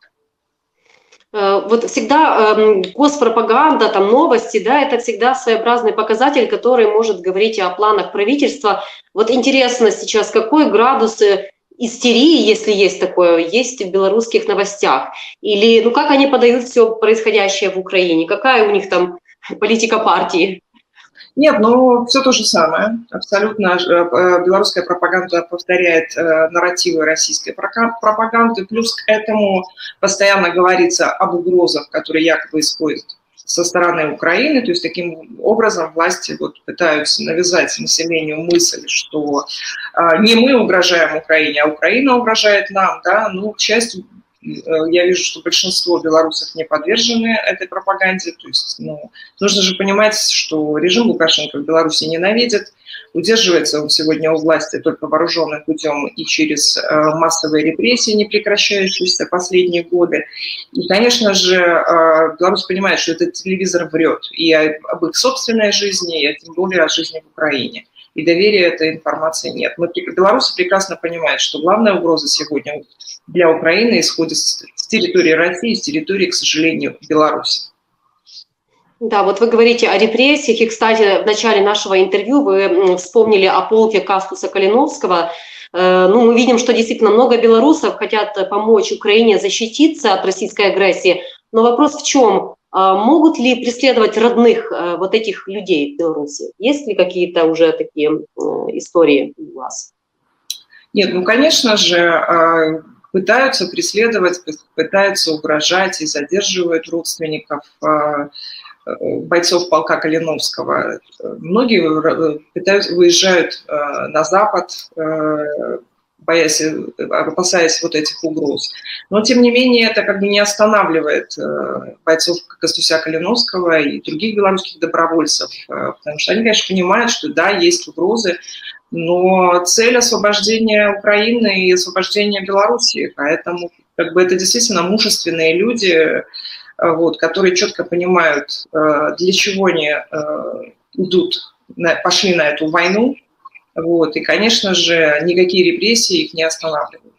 Вот всегда э, госпропаганда, там новости, да, это всегда своеобразный показатель, который может говорить о планах правительства. Вот интересно сейчас, какой градус истерии, если есть такое, есть в белорусских новостях? Или, ну, как они подают все происходящее в Украине? Какая у них там политика партии? Нет, ну все то же самое. Абсолютно белорусская пропаганда повторяет нарративы российской пропаганды. Плюс к этому постоянно говорится об угрозах, которые якобы исходят со стороны Украины. То есть таким образом власти вот пытаются навязать населению мысль, что не мы угрожаем Украине, а Украина угрожает нам. Да? Ну, к счастью, я вижу, что большинство белорусов не подвержены этой пропаганде. То есть, ну, нужно же понимать, что режим Лукашенко в Беларуси ненавидит. Удерживается он сегодня у власти только вооруженным путем и через э, массовые репрессии, не прекращающиеся последние годы. И, конечно же, э, Беларусь понимает, что этот телевизор врет и об их собственной жизни, и тем более о жизни в Украине. и доверия этой информации нет. Мы, белорусы прекрасно понимают, что главная угроза сегодня для Украины исходит с территории России, с территории, к сожалению, Беларуси. Да, вот вы говорите о репрессиях, и, кстати, в начале нашего интервью вы вспомнили о полке Кастуса Калиновского. Ну, мы видим, что действительно много белорусов хотят помочь Украине защититься от российской агрессии, но вопрос в чем? Могут ли преследовать родных вот этих людей в Беларуси? Есть ли какие-то уже такие истории у вас? Нет, ну, конечно же, пытаются преследовать, пытаются угрожать и задерживают родственников бойцов полка Калиновского. Многие пытаются, выезжают на Запад, боясь, опасаясь вот этих угроз. Но, тем не менее, это как бы не останавливает бойцов Кастуся Калиновского и других белорусских добровольцев, потому что они, конечно, понимают, что да, есть угрозы, но цель освобождения Украины и освобождения Белоруссии, поэтому как бы это действительно мужественные люди, вот, которые четко понимают, для чего они идут, пошли на эту войну. Вот, и, конечно же, никакие репрессии их не останавливают.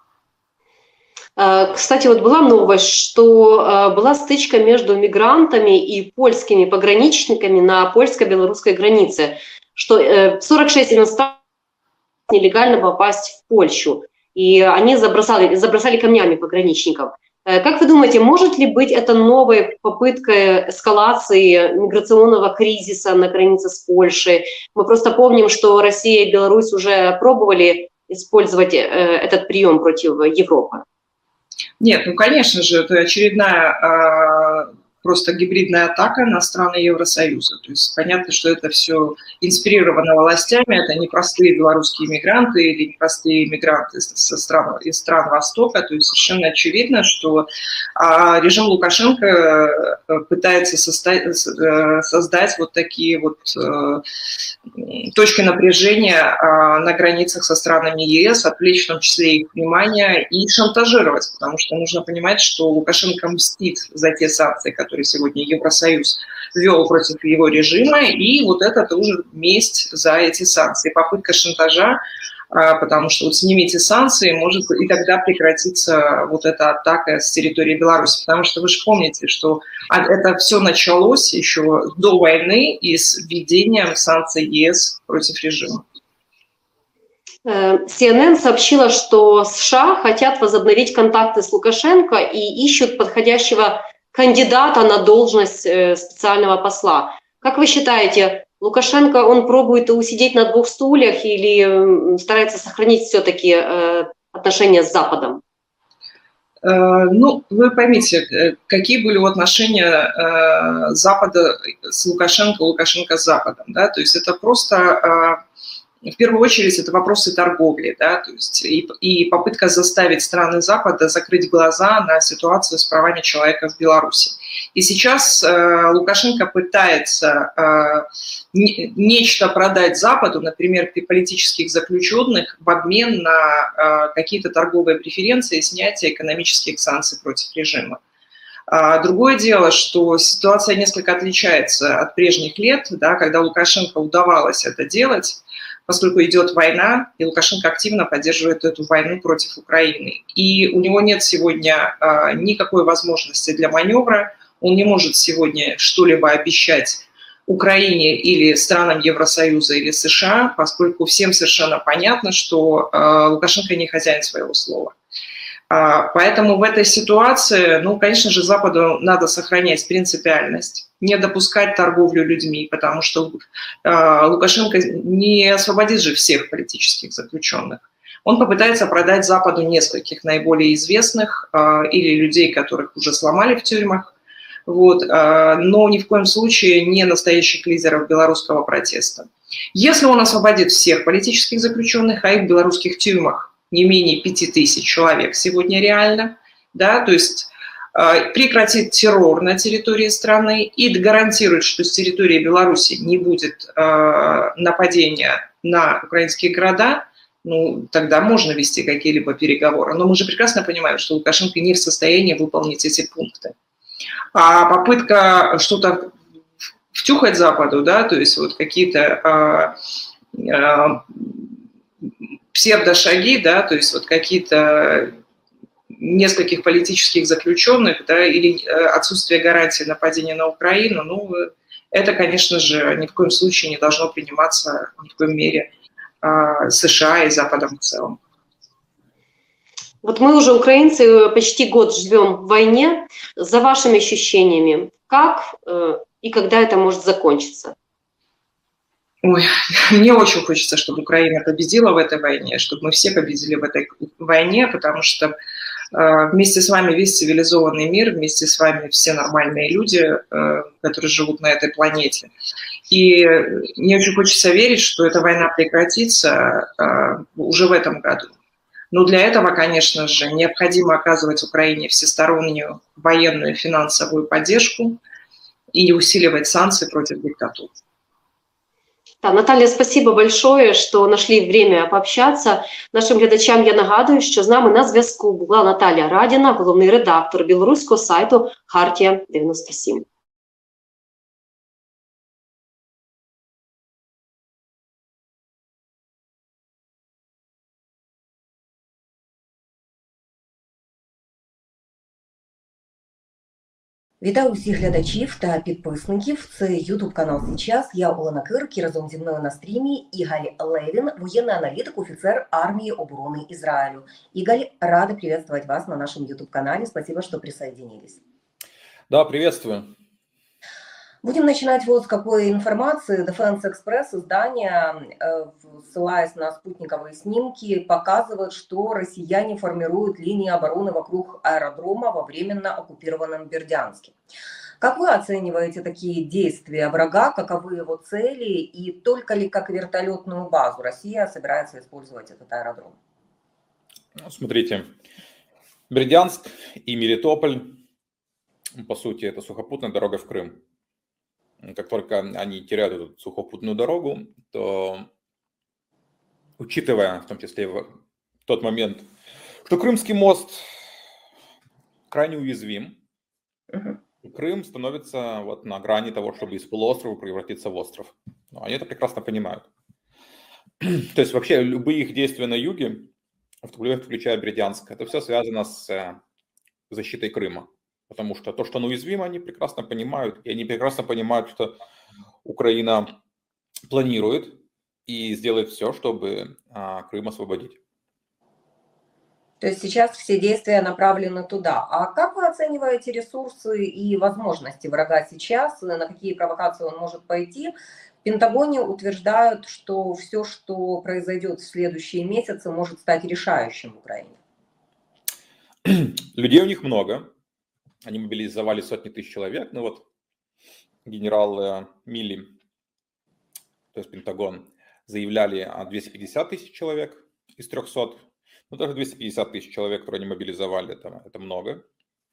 Кстати, вот была новость, что была стычка между мигрантами и польскими пограничниками на польско-белорусской границе, что сорок шесть иностранцев нелегально попасть в Польшу, и они забросали, забросали камнями пограничников. Как вы думаете, может ли быть это новой попыткой эскалации миграционного кризиса на границе с Польшей? Мы просто помним, что Россия и Беларусь уже пробовали использовать этот прием против Европы. Нет, ну, конечно же, это очередная просто гибридная атака на страны Евросоюза. То есть понятно, что это все инспирировано властями, это не простые белорусские мигранты или не простые мигранты со стран, из стран Востока. То есть совершенно очевидно, что режим Лукашенко пытается создать, создать вот такие вот точки напряжения на границах со странами ЕС, отвлечь в том числе их внимание и шантажировать, потому что нужно понимать, что Лукашенко мстит за те санкции, которые который сегодня Евросоюз ввел против его режима, и вот это тоже месть за эти санкции, попытка шантажа, потому что вот снимите санкции, может, и тогда прекратится вот эта атака с территории Беларуси, потому что вы же помните, что это все началось еще до войны и с введением санкций ЕС против режима. Си Эн Эн сообщила, что США хотят возобновить контакты с Лукашенко и ищут подходящего кандидата на должность специального посла. Как вы считаете, Лукашенко, он пробует усидеть на двух стульях или старается сохранить все-таки отношения с Западом? Ну, вы поймите, какие были отношения Запада с Лукашенко, Лукашенко с Западом, да? То есть это просто... В первую очередь это вопросы торговли, да, то есть и, и попытка заставить страны Запада закрыть глаза на ситуацию с правами человека в Беларуси. И сейчас э, Лукашенко пытается э, не, нечто продать Западу, например, политических заключенных, в обмен на э, какие-то торговые преференции и снятие экономических санкций против режима. Другое дело, что ситуация несколько отличается от прежних лет, да, когда Лукашенко удавалось это делать, поскольку идет война, и Лукашенко активно поддерживает эту войну против Украины. И у него нет сегодня а, никакой возможности для маневра, он не может сегодня что-либо обещать Украине или странам Евросоюза или США, поскольку всем совершенно понятно, что а, Лукашенко не хозяин своего слова. Поэтому в этой ситуации, ну, конечно же, Западу надо сохранять принципиальность, не допускать торговлю людьми, потому что э, Лукашенко не освободит же всех политических заключенных. Он попытается продать Западу нескольких наиболее известных э, или людей, которых уже сломали в тюрьмах, вот, э, но ни в коем случае не настоящих лидеров белорусского протеста. Если он освободит всех политических заключенных, а их в белорусских тюрьмах не менее пяти тысяч человек сегодня реально, да, то есть э, прекратит террор на территории страны и гарантирует, что с территории Беларуси не будет э, нападения на украинские города, ну, тогда можно вести какие-либо переговоры. Но мы же прекрасно понимаем, что Лукашенко не в состоянии выполнить эти пункты. А попытка что-то втюхать Западу, да, то есть вот какие-то... Э, псевдошаги, да, то есть вот какие-то нескольких политических заключенных, да, или отсутствие гарантии нападения на Украину, ну, это, конечно же, ни в коем случае не должно приниматься ни в коем мере США и Западом в целом. Вот мы уже, украинцы, почти год живем в войне. За вашими ощущениями, как э, и когда это может закончиться? Ой, мне очень хочется, чтобы Украина победила в этой войне, чтобы мы все победили в этой войне, потому что э, вместе с вами весь цивилизованный мир, вместе с вами все нормальные люди, э, которые живут на этой планете. И мне очень хочется верить, что эта война прекратится э, уже в этом году. Но для этого, конечно же, необходимо оказывать Украине всестороннюю военную и финансовую поддержку и усиливать санкции против диктатур. Да, Наталія, спасибо большое, що знайшли время пообщатися. Нашим глядачам я нагадую, що з нами на зв'язку була Наталія Радіна, головний редактор білоруського сайту Хартія дев'яносто сім. Вітаю всіх глядачів та підписників. Це ютуб канал «Сейчас». Я Олена Кирк і разом зі мною на стрімі Игорь Левин, военный аналитик, офицер армии обороны Израилю. Игорь, рады приветствовать вас на нашем ютуб канале. Спасибо, что присоединились. Да, приветствую. Будем начинать вот с какой информации. Defense Express, издание, ссылаясь на спутниковые снимки, показывает, что россияне формируют линии обороны вокруг аэродрома во временно оккупированном Бердянске. Как вы оцениваете такие действия врага, каковы его цели и только ли как вертолетную базу Россия собирается использовать этот аэродром? Смотрите, Бердянск и Мелитополь, по сути, это сухопутная дорога в Крым. Как только они теряют эту сухопутную дорогу, то, учитывая в том числе в тот момент, что Крымский мост крайне уязвим, uh-huh. Крым становится вот на грани того, чтобы из полуострова превратиться в остров. Но они это прекрасно понимают. То есть вообще любые их действия на юге, включая Бердянск, это все связано с защитой Крыма. Потому что то, что оно уязвимо, они прекрасно понимают. И они прекрасно понимают, что Украина планирует и сделает все, чтобы а, Крым освободить. То есть сейчас все действия направлены туда. А как вы оцениваете ресурсы и возможности врага сейчас? На какие провокации он может пойти? В Пентагоне утверждают, что все, что произойдет в следующие месяцы, может стать решающим в Украине. Людей у них много. Они мобилизовали сотни тысяч человек. Ну вот генерал Милли, то есть Пентагон, заявляли о двести пятьдесят тысяч человек из трехсот. Ну даже двести пятьдесят тысяч человек, которые они мобилизовали, это, это много.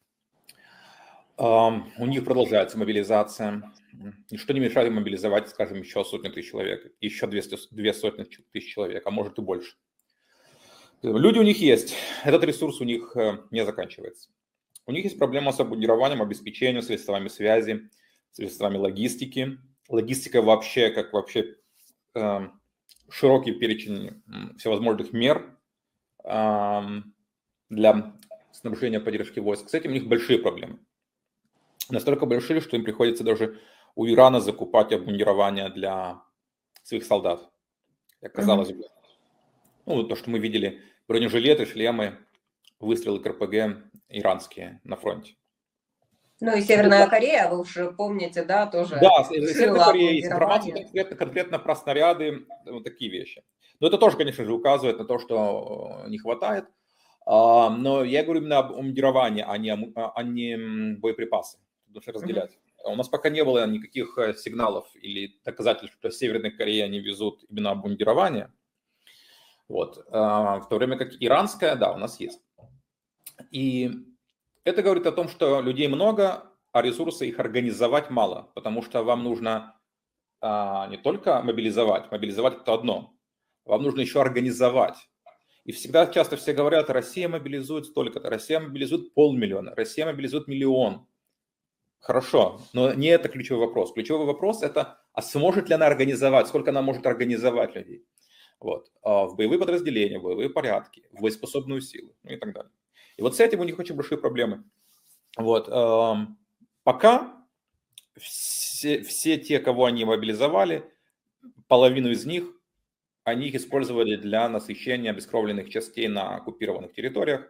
Um, у них продолжается мобилизация. Ничто не мешает им мобилизовать, скажем, еще сотни тысяч человек. Еще двести, две сотни тысяч человек, а может и больше. Люди у них есть. Этот ресурс у них не заканчивается. У них есть проблема с обмундированием, обеспечением, средствами связи, средствами логистики. Логистика вообще, как вообще э, широкий перечень всевозможных мер э, для снабжения поддержки войск. С этим у них большие проблемы. Настолько большие, что им приходится даже у Ирана закупать обмундирование для своих солдат. Как казалось бы. Ну, то, что мы видели, бронежилеты, шлемы, выстрелы ка эр пэ гэ иранские на фронте. Ну и Северная Корея, вы уже помните, да, тоже. Да, Северная Корея есть информация конкретно, конкретно про снаряды, вот такие вещи. Но это тоже, конечно же, указывает на то, что не хватает. Но я говорю именно об обмундировании, а не, а не боеприпасы. Нужно разделять. Mm-hmm. У нас пока не было никаких сигналов или доказательств, что Северная Корея не везут именно обмундирование. Вот. В то время как иранская, да, у нас есть. И это говорит о том, что людей много, а ресурсы их организовать мало, потому что вам нужно а, не только мобилизовать, мобилизовать это одно, вам нужно еще организовать. И всегда часто все говорят, Россия мобилизует столько-то, Россия мобилизует полмиллиона, Россия мобилизует миллион. Хорошо, но не это ключевой вопрос. Ключевой вопрос – это а сможет ли она организовать, сколько она может организовать людей. Вот. В боевые подразделения, в боевые порядки, в боеспособную силу, ну и так далее. И вот с этим у них очень большие проблемы. Вот. Пока все, все те, кого они мобилизовали, половину из них, они их использовали для насыщения обескровленных частей на оккупированных территориях.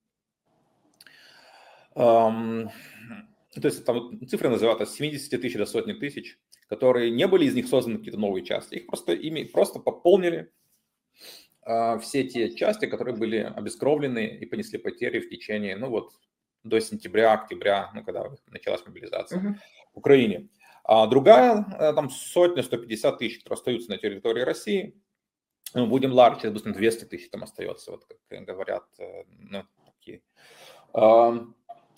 То есть там цифры называют от семидесяти тысяч до сотни тысяч, которые не были из них созданы какие-то новые части. Их просто, ими просто пополнили uh, все те части, которые были обескровлены и понесли потери в течение, ну вот, до сентября, октября, ну, когда началась мобилизация uh-huh. в Украине. А другая, там сотня, сто пятьдесят тысяч, которые остаются на территории России. Ну, будем ларче, допустим, двести тысяч там остается, вот как говорят, ну, такие. Uh,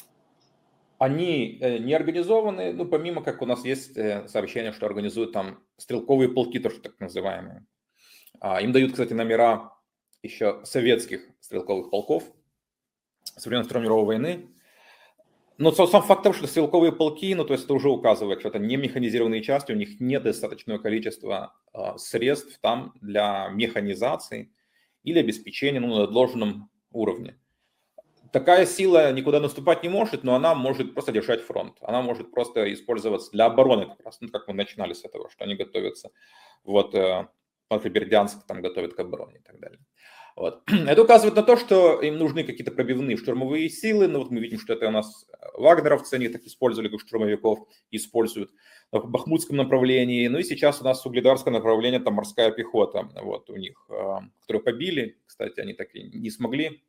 Они не организованы, ну, помимо как у нас есть сообщение, что организуют там стрелковые полки, тоже так называемые. Им дают, кстати, номера еще советских стрелковых полков со времен Второй мировой войны. Но сам факт того, что стрелковые полки, ну, то есть это уже указывает, что это не механизированные части, у них нет достаточного количества средств там для механизации или обеспечения, ну, на должном уровне. Такая сила никуда наступать не может, но она может просто держать фронт. Она может просто использоваться для обороны, как раз, ну, как мы начинали с этого, что они готовятся, вот, например, Бердянск там готовят к обороне и так далее. Вот. Это указывает на то, что им нужны какие-то пробивные штурмовые силы, но вот мы видим, что это у нас вагнеровцы, они так использовали, как штурмовиков используют в Бахмутском направлении, ну и сейчас у нас угледарское направление, там морская пехота, вот у них, которую побили, кстати, они так и не смогли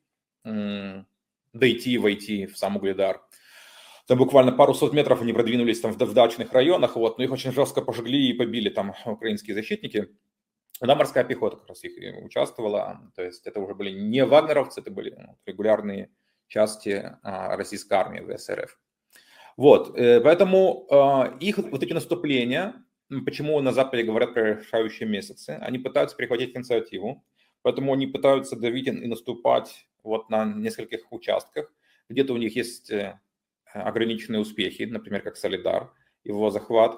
дойти, войти в сам Угледар. Там буквально пару сот метров они продвинулись там в, в дачных районах, вот, но их очень жестко пожгли и побили там украинские защитники. Она морская пехота как раз их участвовала, то есть это уже были не вагнеровцы, это были регулярные части а, российской армии ВСРФ. Вот, поэтому а, их вот эти наступления, почему на Западе говорят про решающие месяцы, они пытаются перехватить инициативу, поэтому они пытаются давить и наступать вот на нескольких участках. Где-то у них есть ограниченные успехи, например, как Солидар, его захват.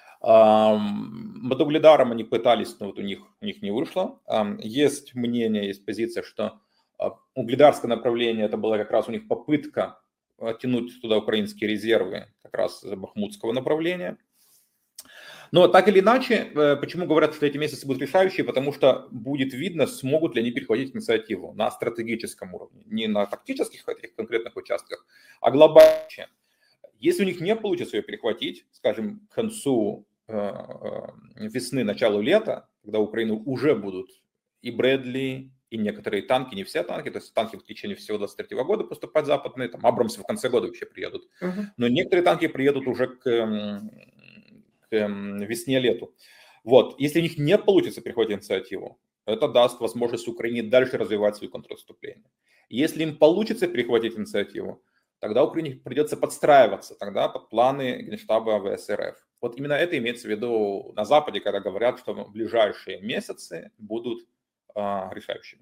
Под Угледаром они пытались, но вот у них, у них не вышло. Есть мнение, есть позиция, что угледарское направление, это была как раз у них попытка оттянуть туда украинские резервы как раз из бахмутского направления. Но так или иначе, почему говорят, что эти месяцы будут решающие? Потому что будет видно, смогут ли они перехватить инициативу на стратегическом уровне, не на тактических этих конкретных участках, а глобально. Если у них не получится ее перехватить, скажем, к концу э, весны, началу лета, когда в Украину уже будут и Брэдли, и некоторые танки, не все танки, то есть танки в течение всего двадцать третьего года поступать западные, там Абрамсы в конце года вообще приедут, uh-huh. но некоторые танки приедут уже к... весне-лету. Вот. Если у них не получится перехватить инициативу, это даст возможность Украине дальше развивать свое контрнаступление. Если им получится перехватить инициативу, тогда Украине придется подстраиваться тогда под планы Генштаба ВСРФ. Вот именно это имеется в виду на Западе, когда говорят, что ближайшие месяцы будут а, решающими.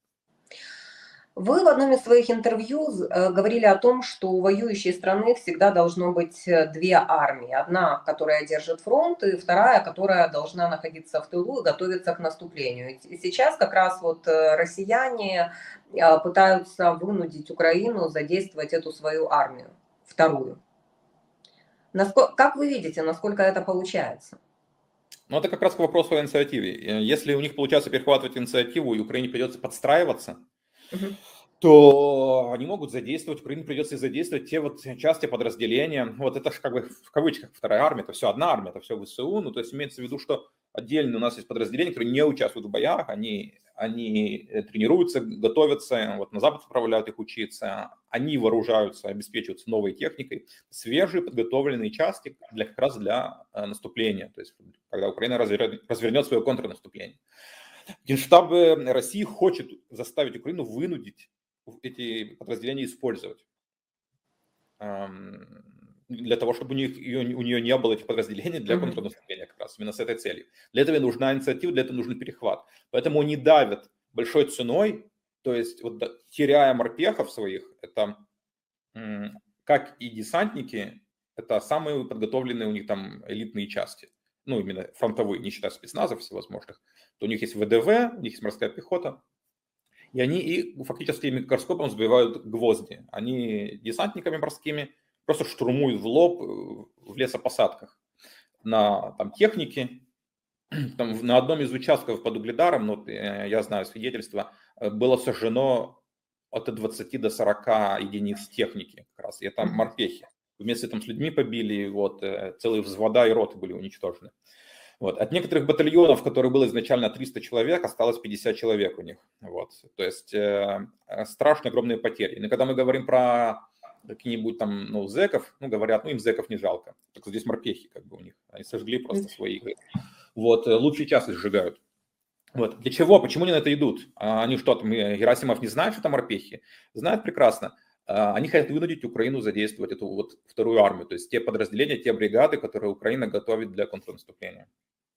Вы в одном из своих интервью говорили о том, что у воюющей страны всегда должно быть две армии. Одна, которая держит фронт, и вторая, которая должна находиться в тылу и готовиться к наступлению. И сейчас как раз вот россияне пытаются вынудить Украину задействовать эту свою армию, вторую. Насколько, как вы видите, насколько это получается? Ну, это как раз к вопросу о инициативе. Если у них получается перехватывать инициативу, и Украине придется подстраиваться, Uh-huh. то они могут задействовать, Украине придется задействовать те вот части подразделения. Вот это же как бы в кавычках вторая армия, это все одна армия, это все ВСУ. Ну, то есть имеется в виду, что отдельно у нас есть подразделения, которые не участвуют в боях, они, они тренируются, готовятся, вот на Запад отправляют их учиться, они вооружаются, обеспечиваются новой техникой, свежие подготовленные части для, как раз для наступления, то есть когда Украина развернет, развернет свое контрнаступление. Генштаб России хочет заставить Украину вынудить эти подразделения использовать для того, чтобы у, них, у нее не было этих подразделений для контрнаступления как раз, именно с этой целью. Для этого нужна инициатива, для этого нужен перехват. Поэтому они давят большой ценой, то есть вот, теряя морпехов своих, это как и десантники, это самые подготовленные у них там элитные части. ну, именно фронтовые, не считая спецназов всевозможных, то у них есть вэ дэ вэ, у них есть морская пехота, и они и фактически микроскопом сбивают гвозди. Они десантниками морскими просто штурмуют в лоб в лесопосадках на там, технике. Там, на одном из участков под Угледаром, ну, я знаю свидетельства, было сожжено от двадцати до сорока единиц техники как раз, и это морпехи. Вместе там с людьми побили, вот, целые взвода и роты были уничтожены. Вот. От некоторых батальонов, которые было изначально триста человек, осталось пятьдесят человек у них. Вот. То есть э, страшные огромные потери. И когда мы говорим про какие-нибудь там, ну, зэков, ну, говорят, ну, им зэков не жалко. Так здесь морпехи как бы у них. Они сожгли просто свои. Вот, лучшие части сжигают. Вот. Для чего? Почему они на это идут? Они что, там, Герасимов не знает, что там морпехи? Знают прекрасно. Они хотят вынудить Украину задействовать эту вот вторую армию, то есть те подразделения, те бригады, которые Украина готовит для контрнаступления.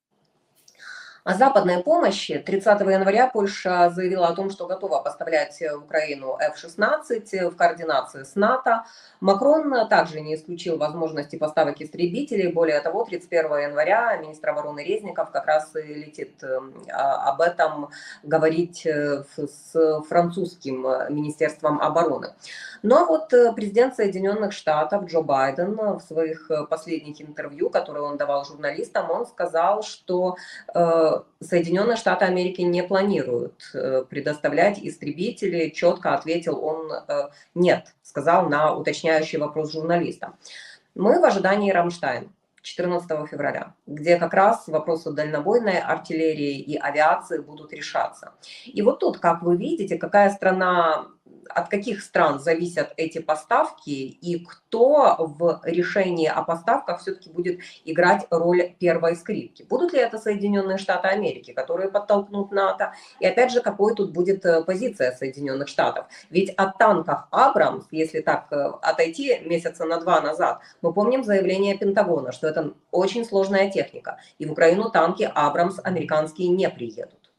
О западной помощи тридцатого января Польша заявила о том, что готова поставлять в Украину эф шестнадцать в координации с НАТО. Макрон также не исключил возможности поставок истребителей. Более того, тридцать первого января министр обороны Резников как раз и летит об этом говорить с французским министерством обороны. Но вот президент Соединенных Штатов Джо Байден в своих последних интервью, которые он давал журналистам, он сказал, что Соединенные Штаты Америки не планируют предоставлять истребители. Четко ответил он нет, сказал на уточняющий вопрос журналиста. Мы в ожидании Рамштайн четырнадцатого февраля, где как раз вопросы дальнобойной артиллерии и авиации будут решаться. И вот тут, как вы видите, какая страна, от каких стран зависят эти поставки и кто в решении о поставках все-таки будет играть роль первой скрипки. Будут ли это Соединенные Штаты Америки, которые подтолкнут НАТО? И опять же, какой тут будет позиция Соединенных Штатов? Ведь от танков Абрамс, если так отойти месяца на два назад, мы помним заявление Пентагона, что это очень сложная техника, и в Украину танки Абрамс американские не приедут.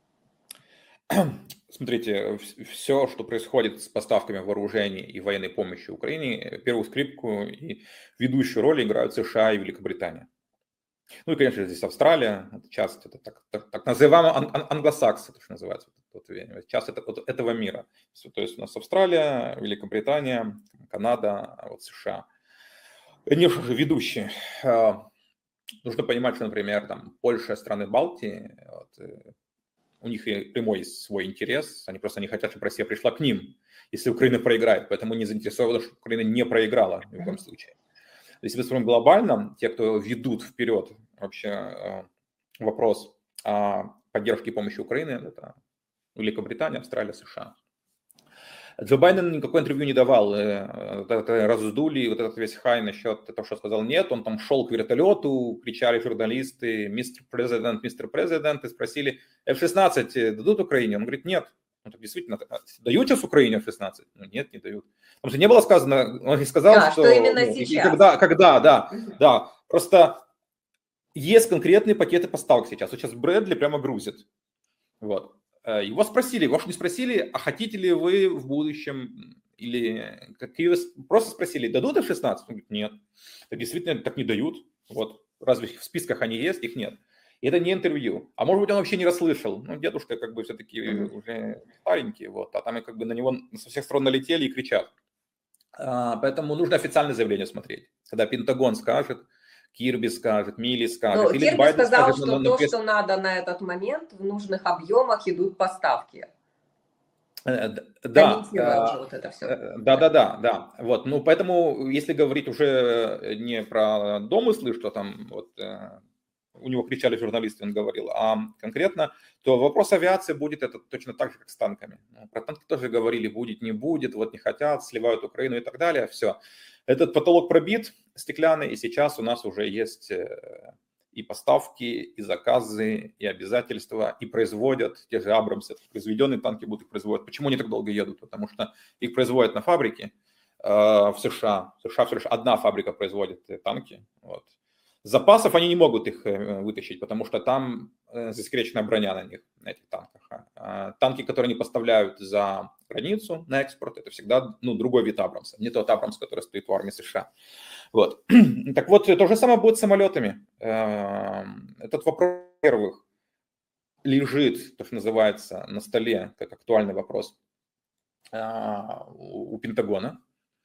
Смотрите, все, что происходит с поставками вооружений и военной помощи Украине, первую скрипку и ведущую роль играют США и Великобритания. Ну и, конечно, здесь Австралия, это часть, это так, так, так называемый ан- ан- англосаксы, это что называется, вот, вот, часть это, вот, этого мира. То есть у нас Австралия, Великобритания, Канада, вот США. Конечно же, ведущие. Нужно понимать, что, например, там Польша, страны Балтии, вот, у них и прямой есть свой интерес, они просто не хотят, чтобы Россия пришла к ним, если Украина проиграет, поэтому не заинтересованы, чтобы Украина не проиграла в любом случае. Если мы смотрим глобально, те, кто ведут вперед вообще вопрос о поддержке и помощи Украины, это Великобритания, Австралия, США. Джо Байден никакое интервью не давал, это раздули, вот этот весь хай насчет того, что сказал нет, он там шел к вертолету, кричали журналисты, мистер президент, мистер президент, и спросили, эф шестнадцать дадут Украине? Он говорит, нет. Ну, так действительно, дают сейчас Украине эф шестнадцать? Ну, нет, не дают. Потому что не было сказано, он не сказал, да, что... что именно ну, сейчас. Когда, когда, да, да. Просто есть конкретные пакеты поставок сейчас. Вот сейчас Брэдли прямо грузит. Вот. Его спросили, его не спросили, а хотите ли вы в будущем, или какие, просто спросили, дадут эф шестнадцать? Он говорит, нет. Так действительно так не дают. Вот. Разве в списках они есть? Их нет. И это не интервью. А может быть, он вообще не расслышал. Ну, дедушка как бы все-таки mm-hmm. уже старенький, вот, а там и как бы на него со всех сторон налетели и кричат. А, поэтому нужно официальное заявление смотреть. Когда Пентагон скажет, Кирби скажет, Милли скажет. Ну, или Кирби Байден сказал, скажет, что на, на, то, на... что надо на этот момент, в нужных объемах идут поставки. Да, Комментируя уже вот это все. Да, да, да, да. Вот, ну, поэтому, если говорить уже не про домыслы, что там вот, у него кричали журналисты, он говорил, а конкретно, то вопрос авиации будет это точно так же, как с танками. Про танки тоже говорили, будет, не будет, вот не хотят, сливают Украину и так далее, все. Этот потолок пробит стеклянный, и сейчас у нас уже есть и поставки, и заказы, и обязательства, и производят те же Абрамсы, произведенные танки будут их производить. Почему они так долго едут? Потому что их производят на фабрике э, в США. В США всего лишь одна фабрика производит танки. Вот. Запасов они не могут их э, вытащить, потому что там э, засекреченная броня на них, на этих танках. А танки, которые они поставляют за границу на экспорт, это всегда ну, другой вид Абрамса, не тот Абрамс, который стоит в армии США. Вот. Так вот, то же самое будет с самолетами. Этот вопрос, во-первых, лежит, то, что называется, на столе, как актуальный вопрос у Пентагона.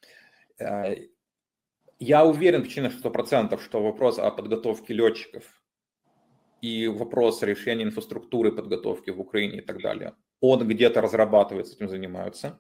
Я уверен почти на сто процентов, что вопрос о подготовке летчиков и вопрос решения инфраструктуры подготовки в Украине и так далее, он где-то разрабатывается, этим занимаются.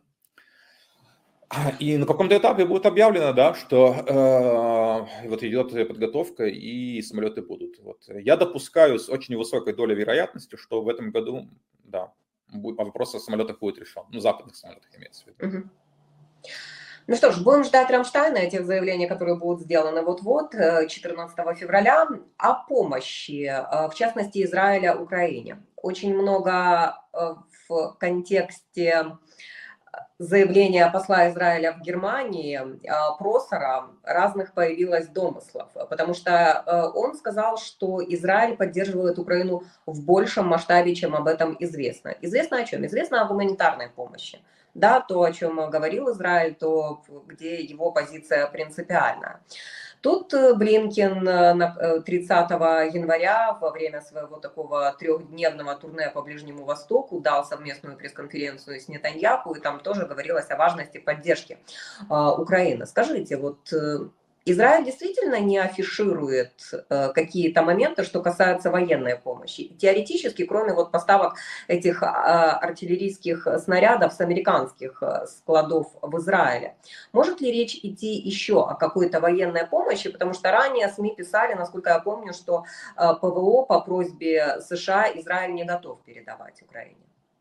И на каком-то этапе будет объявлено, да, что э, вот идет подготовка и самолеты будут. Вот. Я допускаю с очень высокой долей вероятности, что в этом году, да, будет, вопрос о самолетах будет решен. Ну, западных самолетах имеется в виду. Угу. Ну что ж, будем ждать Рамштайна, этих заявлений, которые будут сделаны вот-вот, четырнадцатого февраля, о помощи, в частности, Израиля Украине. Очень много в контексте заявления посла Израиля в Германии Просора разных появилось домыслов, потому что он сказал, что Израиль поддерживает Украину в большем масштабе, чем об этом известно. Известно о чем? Известно о гуманитарной помощи. Да, то, о чем говорил Израиль, то, где его позиция принципиальная. Тут Блинкен тридцатого января во время своего такого трехдневного турне по Ближнему Востоку дал совместную пресс-конференцию с Нетаньяху, и там тоже говорилось о важности поддержки Украины. Скажите, вот Израиль действительно не афиширует э, какие-то моменты, что касаются военной помощи. Теоретически, кроме вот поставок этих э, артиллерийских снарядов с американских э, складов в Израиле, может ли речь идти еще о какой-то военной помощи? Потому что ранее СМИ писали, насколько я помню, что э, ПВО по просьбе США Израиль не готов передавать Украине.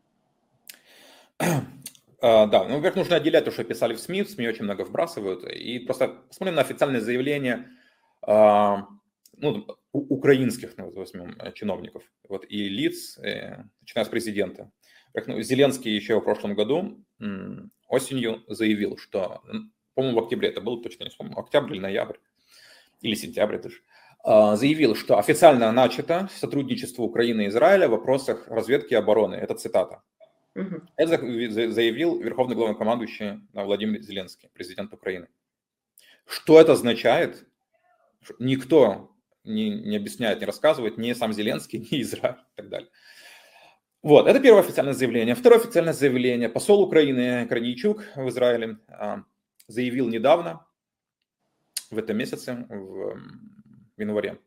Uh, да, ну, во-первых, нужно отделять то, что писали в СМИ, в СМИ очень много вбрасывают, и просто посмотрим на официальные заявления uh, ну, украинских, ну, возьмем, чиновников вот, и лиц, э, начиная с президента. Ну, Зеленский еще в прошлом году м, осенью заявил, что, по-моему, в октябре, это было точно не вспомню, октябрь или ноябрь, или сентябрь даже, uh, заявил, что официально начато сотрудничество Украины и Израиля в вопросах разведки и обороны. Это цитата. Uh-huh. Это заявил верховный главнокомандующий Владимир Зеленский, президент Украины. Что это означает? Никто не, не объясняет, не рассказывает, ни сам Зеленский, ни Израиль и так далее. Вот, это первое официальное заявление. Второе официальное заявление. Посол Украины Корнейчук в Израиле заявил недавно, в этом месяце, в январе,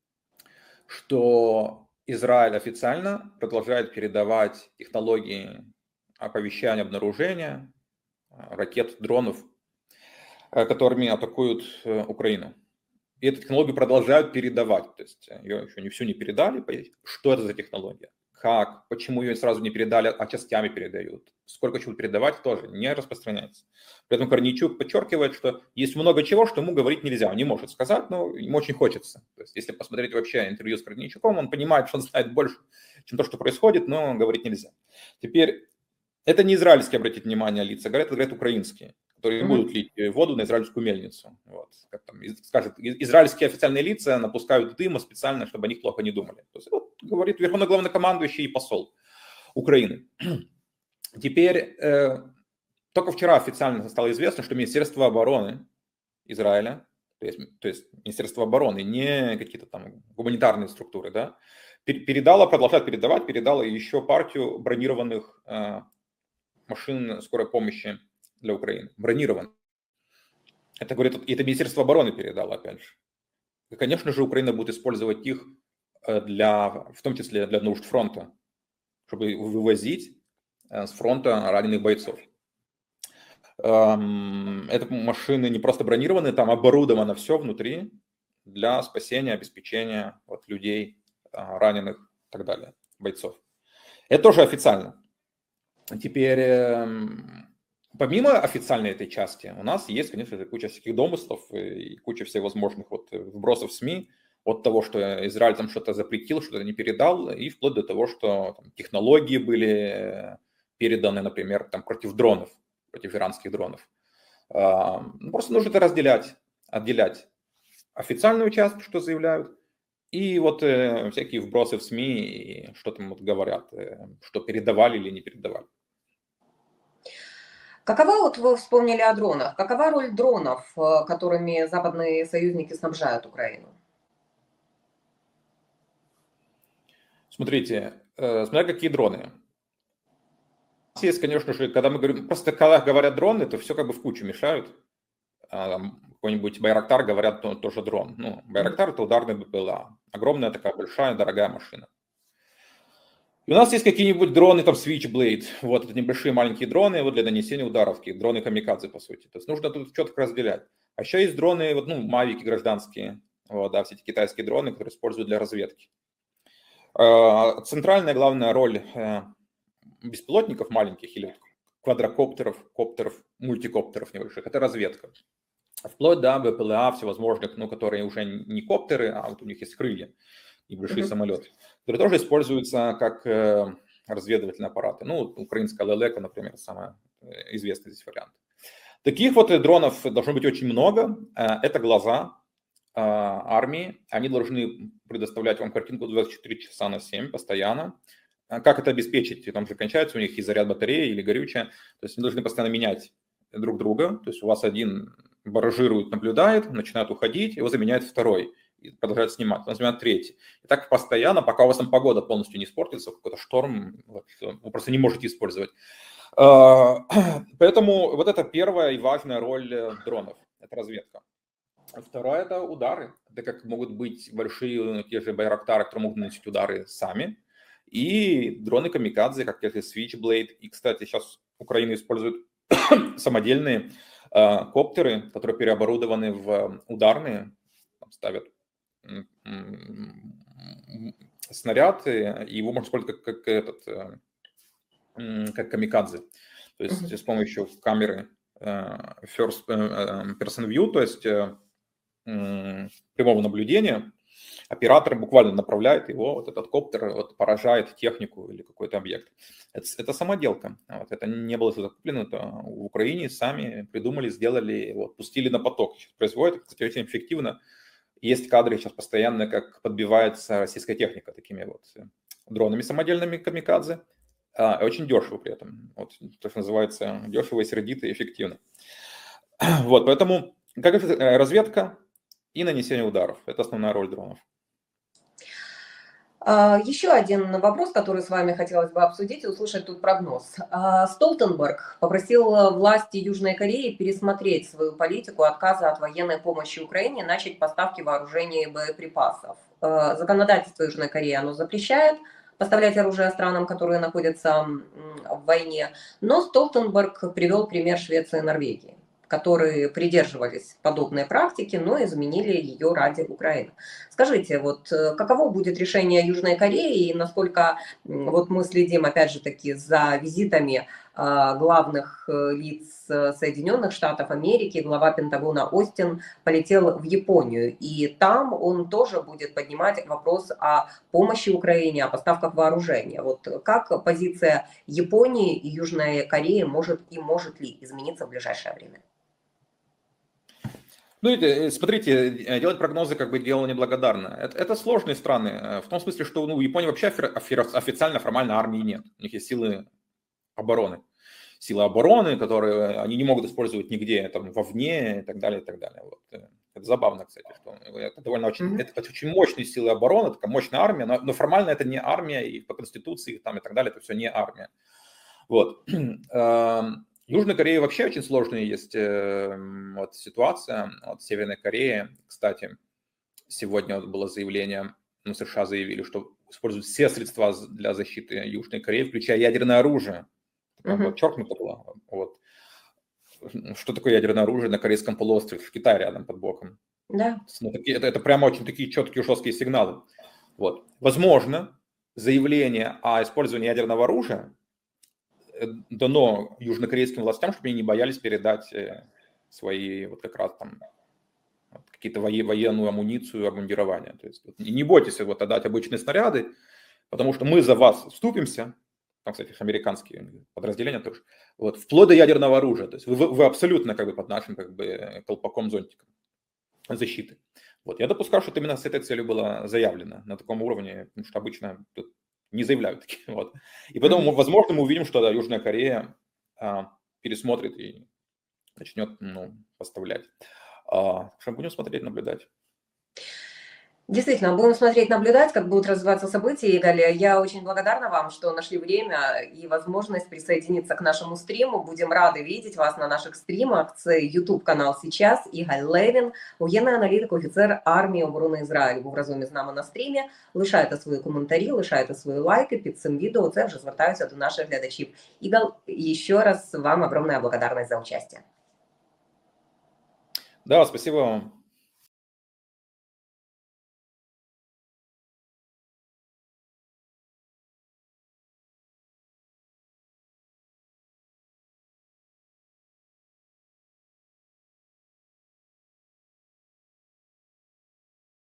что Израиль официально продолжает передавать технологии оповещания, обнаружения ракет, дронов, которыми атакуют Украину. И эту технологию продолжают передавать. То есть ее еще не всю не передали. Что это за технология? Как? Почему ее сразу не передали, а частями передают? Сколько чего передавать, тоже не распространяется. При этом Корнейчук подчеркивает, что есть много чего, что ему говорить нельзя. Он не может сказать, но ему очень хочется. То есть если посмотреть вообще интервью с Корнейчуком, он понимает, что он знает больше, чем то, что происходит, но говорить нельзя. Теперь, это не израильские, обратите внимание, лица, говорят, это говорят украинские, которые mm-hmm. будут лить воду на израильскую мельницу. Вот. Как там, скажет, израильские официальные лица напускают дыма специально, чтобы о них плохо не думали. То есть, вот, говорит верховный главнокомандующий и посол Украины. Теперь, э, только вчера официально стало известно, что Министерство обороны Израиля, то есть, то есть Министерство обороны, не какие-то там гуманитарные структуры, да, передало, продолжает передавать, передало еще партию бронированных э, машин скорой помощи для Украины. Бронированных. Это, говорит, это Министерство обороны передало, опять же. И, конечно же, Украина будет использовать их для, в том числе для нужд фронта, чтобы вывозить с фронта раненых бойцов. Это машины не просто бронированные, там оборудовано все внутри для спасения, обеспечения вот, людей, раненых и так далее, бойцов. Это тоже официально. Теперь, помимо официальной этой части, у нас есть, конечно, куча всяких домыслов и куча всевозможных вот вбросов в СМИ от того, что Израиль там что-то запретил, что-то не передал, и вплоть до того, что там, технологии были переданы, например, там, против дронов, против иранских дронов. Просто нужно это разделять, отделять официальную часть, что заявляют, и вот э, всякие вбросы в СМИ, и что там вот говорят, э, что передавали или не передавали. Какова, вот вы вспомнили о дронах, какова роль дронов, которыми западные союзники снабжают Украину? Смотрите, э, смотря какие дроны. У нас есть, конечно же, когда мы говорим, просто когда говорят дроны, то все как бы в кучу мешают. А, какой-нибудь Байрактар, говорят, то, тоже дрон. Ну, Байрактар – это ударный БПЛА. Огромная такая большая, дорогая машина. И у нас есть какие-нибудь дроны, там, Switchblade. Вот, это небольшие маленькие дроны вот, для нанесения ударов, такие дроны камикадзе, по сути. То есть нужно тут четко разделять. А еще есть дроны, вот, ну, мавики гражданские, вот, да, все эти китайские дроны, которые используют для разведки. Центральная главная роль беспилотников маленьких или квадрокоптеров, коптеров, мультикоптеров небольших – это разведка. Вплоть до БПЛА всевозможных, ну, которые уже не коптеры, а вот у них есть крылья и большие mm-hmm. самолеты, которые тоже используются как э, разведывательные аппараты. Ну, украинская Лелека, например, самый известный здесь вариант. Таких вот дронов должно быть очень много. Это глаза э, армии. Они должны предоставлять вам картинку двадцать четыре часа на семь постоянно. Как это обеспечить? Там же кончается у них и заряд батареи, или горючее. То есть они должны постоянно менять друг друга. То есть у вас один баражирует, наблюдает, начинает уходить, его заменяет второй. И продолжает снимать, он заменяет третий. И так постоянно, пока у вас там погода полностью не испортится, какой-то шторм, вот, вы просто не можете использовать. Поэтому вот это первая и важная роль дронов. Это разведка. Второе – это удары. Это как могут быть большие те же Байрактары, которые могут наносить удары сами. И дроны камикадзе, как те же Switchblade. И, кстати, сейчас Украина использует самодельные э, коптеры, которые переоборудованы в ударные. Там ставят м- м- снаряд, и его можно использовать как, как, этот, э, как камикадзе. То есть mm-hmm. с помощью камеры э, first person view, то есть э, э, прямого наблюдения, оператор буквально направляет его, вот этот коптер вот, поражает технику или какой-то объект. Это, это самоделка. Вот, это не было закуплено, это в Украине сами придумали, сделали, вот, пустили на поток. Сейчас производят, кстати, очень эффективно. Есть кадры сейчас постоянно, как подбивается российская техника такими вот дронами самодельными камикадзе. А, очень дешево при этом. Вот, то, что называется дешево, сердито и эффективно. Вот, поэтому как разведка и нанесение ударов. Это основная роль дронов. Еще один вопрос, который с вами хотелось бы обсудить и услышать тут прогноз. Столтенберг попросил власти Южной Кореи пересмотреть свою политику отказа от военной помощи Украине, начать поставки вооружений и боеприпасов. Законодательство Южной Кореи оно запрещает поставлять оружие странам, которые находятся в войне, но Столтенберг привел пример Швеции и Норвегии, которые придерживались подобной практики, но изменили ее ради Украины. Скажите, вот каково будет решение Южной Кореи и насколько вот мы следим, опять же таки, за визитами главных лиц Соединенных Штатов Америки, глава Пентагона Остин полетел в Японию, и там он тоже будет поднимать вопрос о помощи Украине, о поставках вооружения. Вот как позиция Японии и Южной Кореи может и может ли измениться в ближайшее время? Ну, смотрите, делать прогнозы как бы дело неблагодарное. Это, это сложные страны, в том смысле, что ну, в Японии вообще официально, формально армии нет. У них есть силы обороны. Силы обороны, которые они не могут использовать нигде, там, вовне и так далее, и так далее. Вот. Это забавно, кстати, что это довольно очень, mm-hmm. это, это очень мощные силы обороны, такая мощная армия, но, но формально это не армия, и по Конституции там, и так далее, это все не армия. Вот. Южной Корее вообще очень сложная есть э, вот, ситуация. Вот, Северной Корее, кстати, сегодня вот было заявление, ну, США заявили, что используют все средства для защиты Южной Кореи, включая ядерное оружие. Там uh-huh. подчеркнуто было. Вот. Что такое ядерное оружие на Корейском полуострове? В Китае рядом под боком. Да. Ну, такие, это, это прямо очень такие четкие, жесткие сигналы. Вот. Возможно, заявление о использовании ядерного оружия дано южнокорейским властям, чтобы они не боялись передать свои вот как раз там какие-то военную амуницию, обмундирование. То есть не бойтесь вот отдать обычные снаряды, потому что мы за вас вступимся. Там, кстати, американские подразделения тоже. Вот, вплоть до ядерного оружия. То есть вы, вы абсолютно как бы под нашим как бы колпаком, зонтиком защиты. Вот. Я допускаю, что именно с этой целью было заявлено на таком уровне, потому что обычно тут не заявляют такие. Вот. И поэтому, mm-hmm. возможно, мы увидим, что да, Южная Корея а, пересмотрит и начнет ну, поставлять. А, что будем смотреть, наблюдать. Действительно, будем смотреть, наблюдать, как будут развиваться события. Игорь, я очень благодарна вам, что нашли время и возможность присоединиться к нашему стриму. Будем рады видеть вас на наших стримах. Це YouTube-канал «Сейчас». Ігор Левін, воєнний аналітик, офіцер армії оборони Ізраїлю, був разом із нами на стрімі. Лишайте свої коментарі, лишайте свої лайки під цим відео. Це вже звертаюся до наших глядачів. Ігор, ще раз вам огромная благодарность за участие. Да, спасибо вам.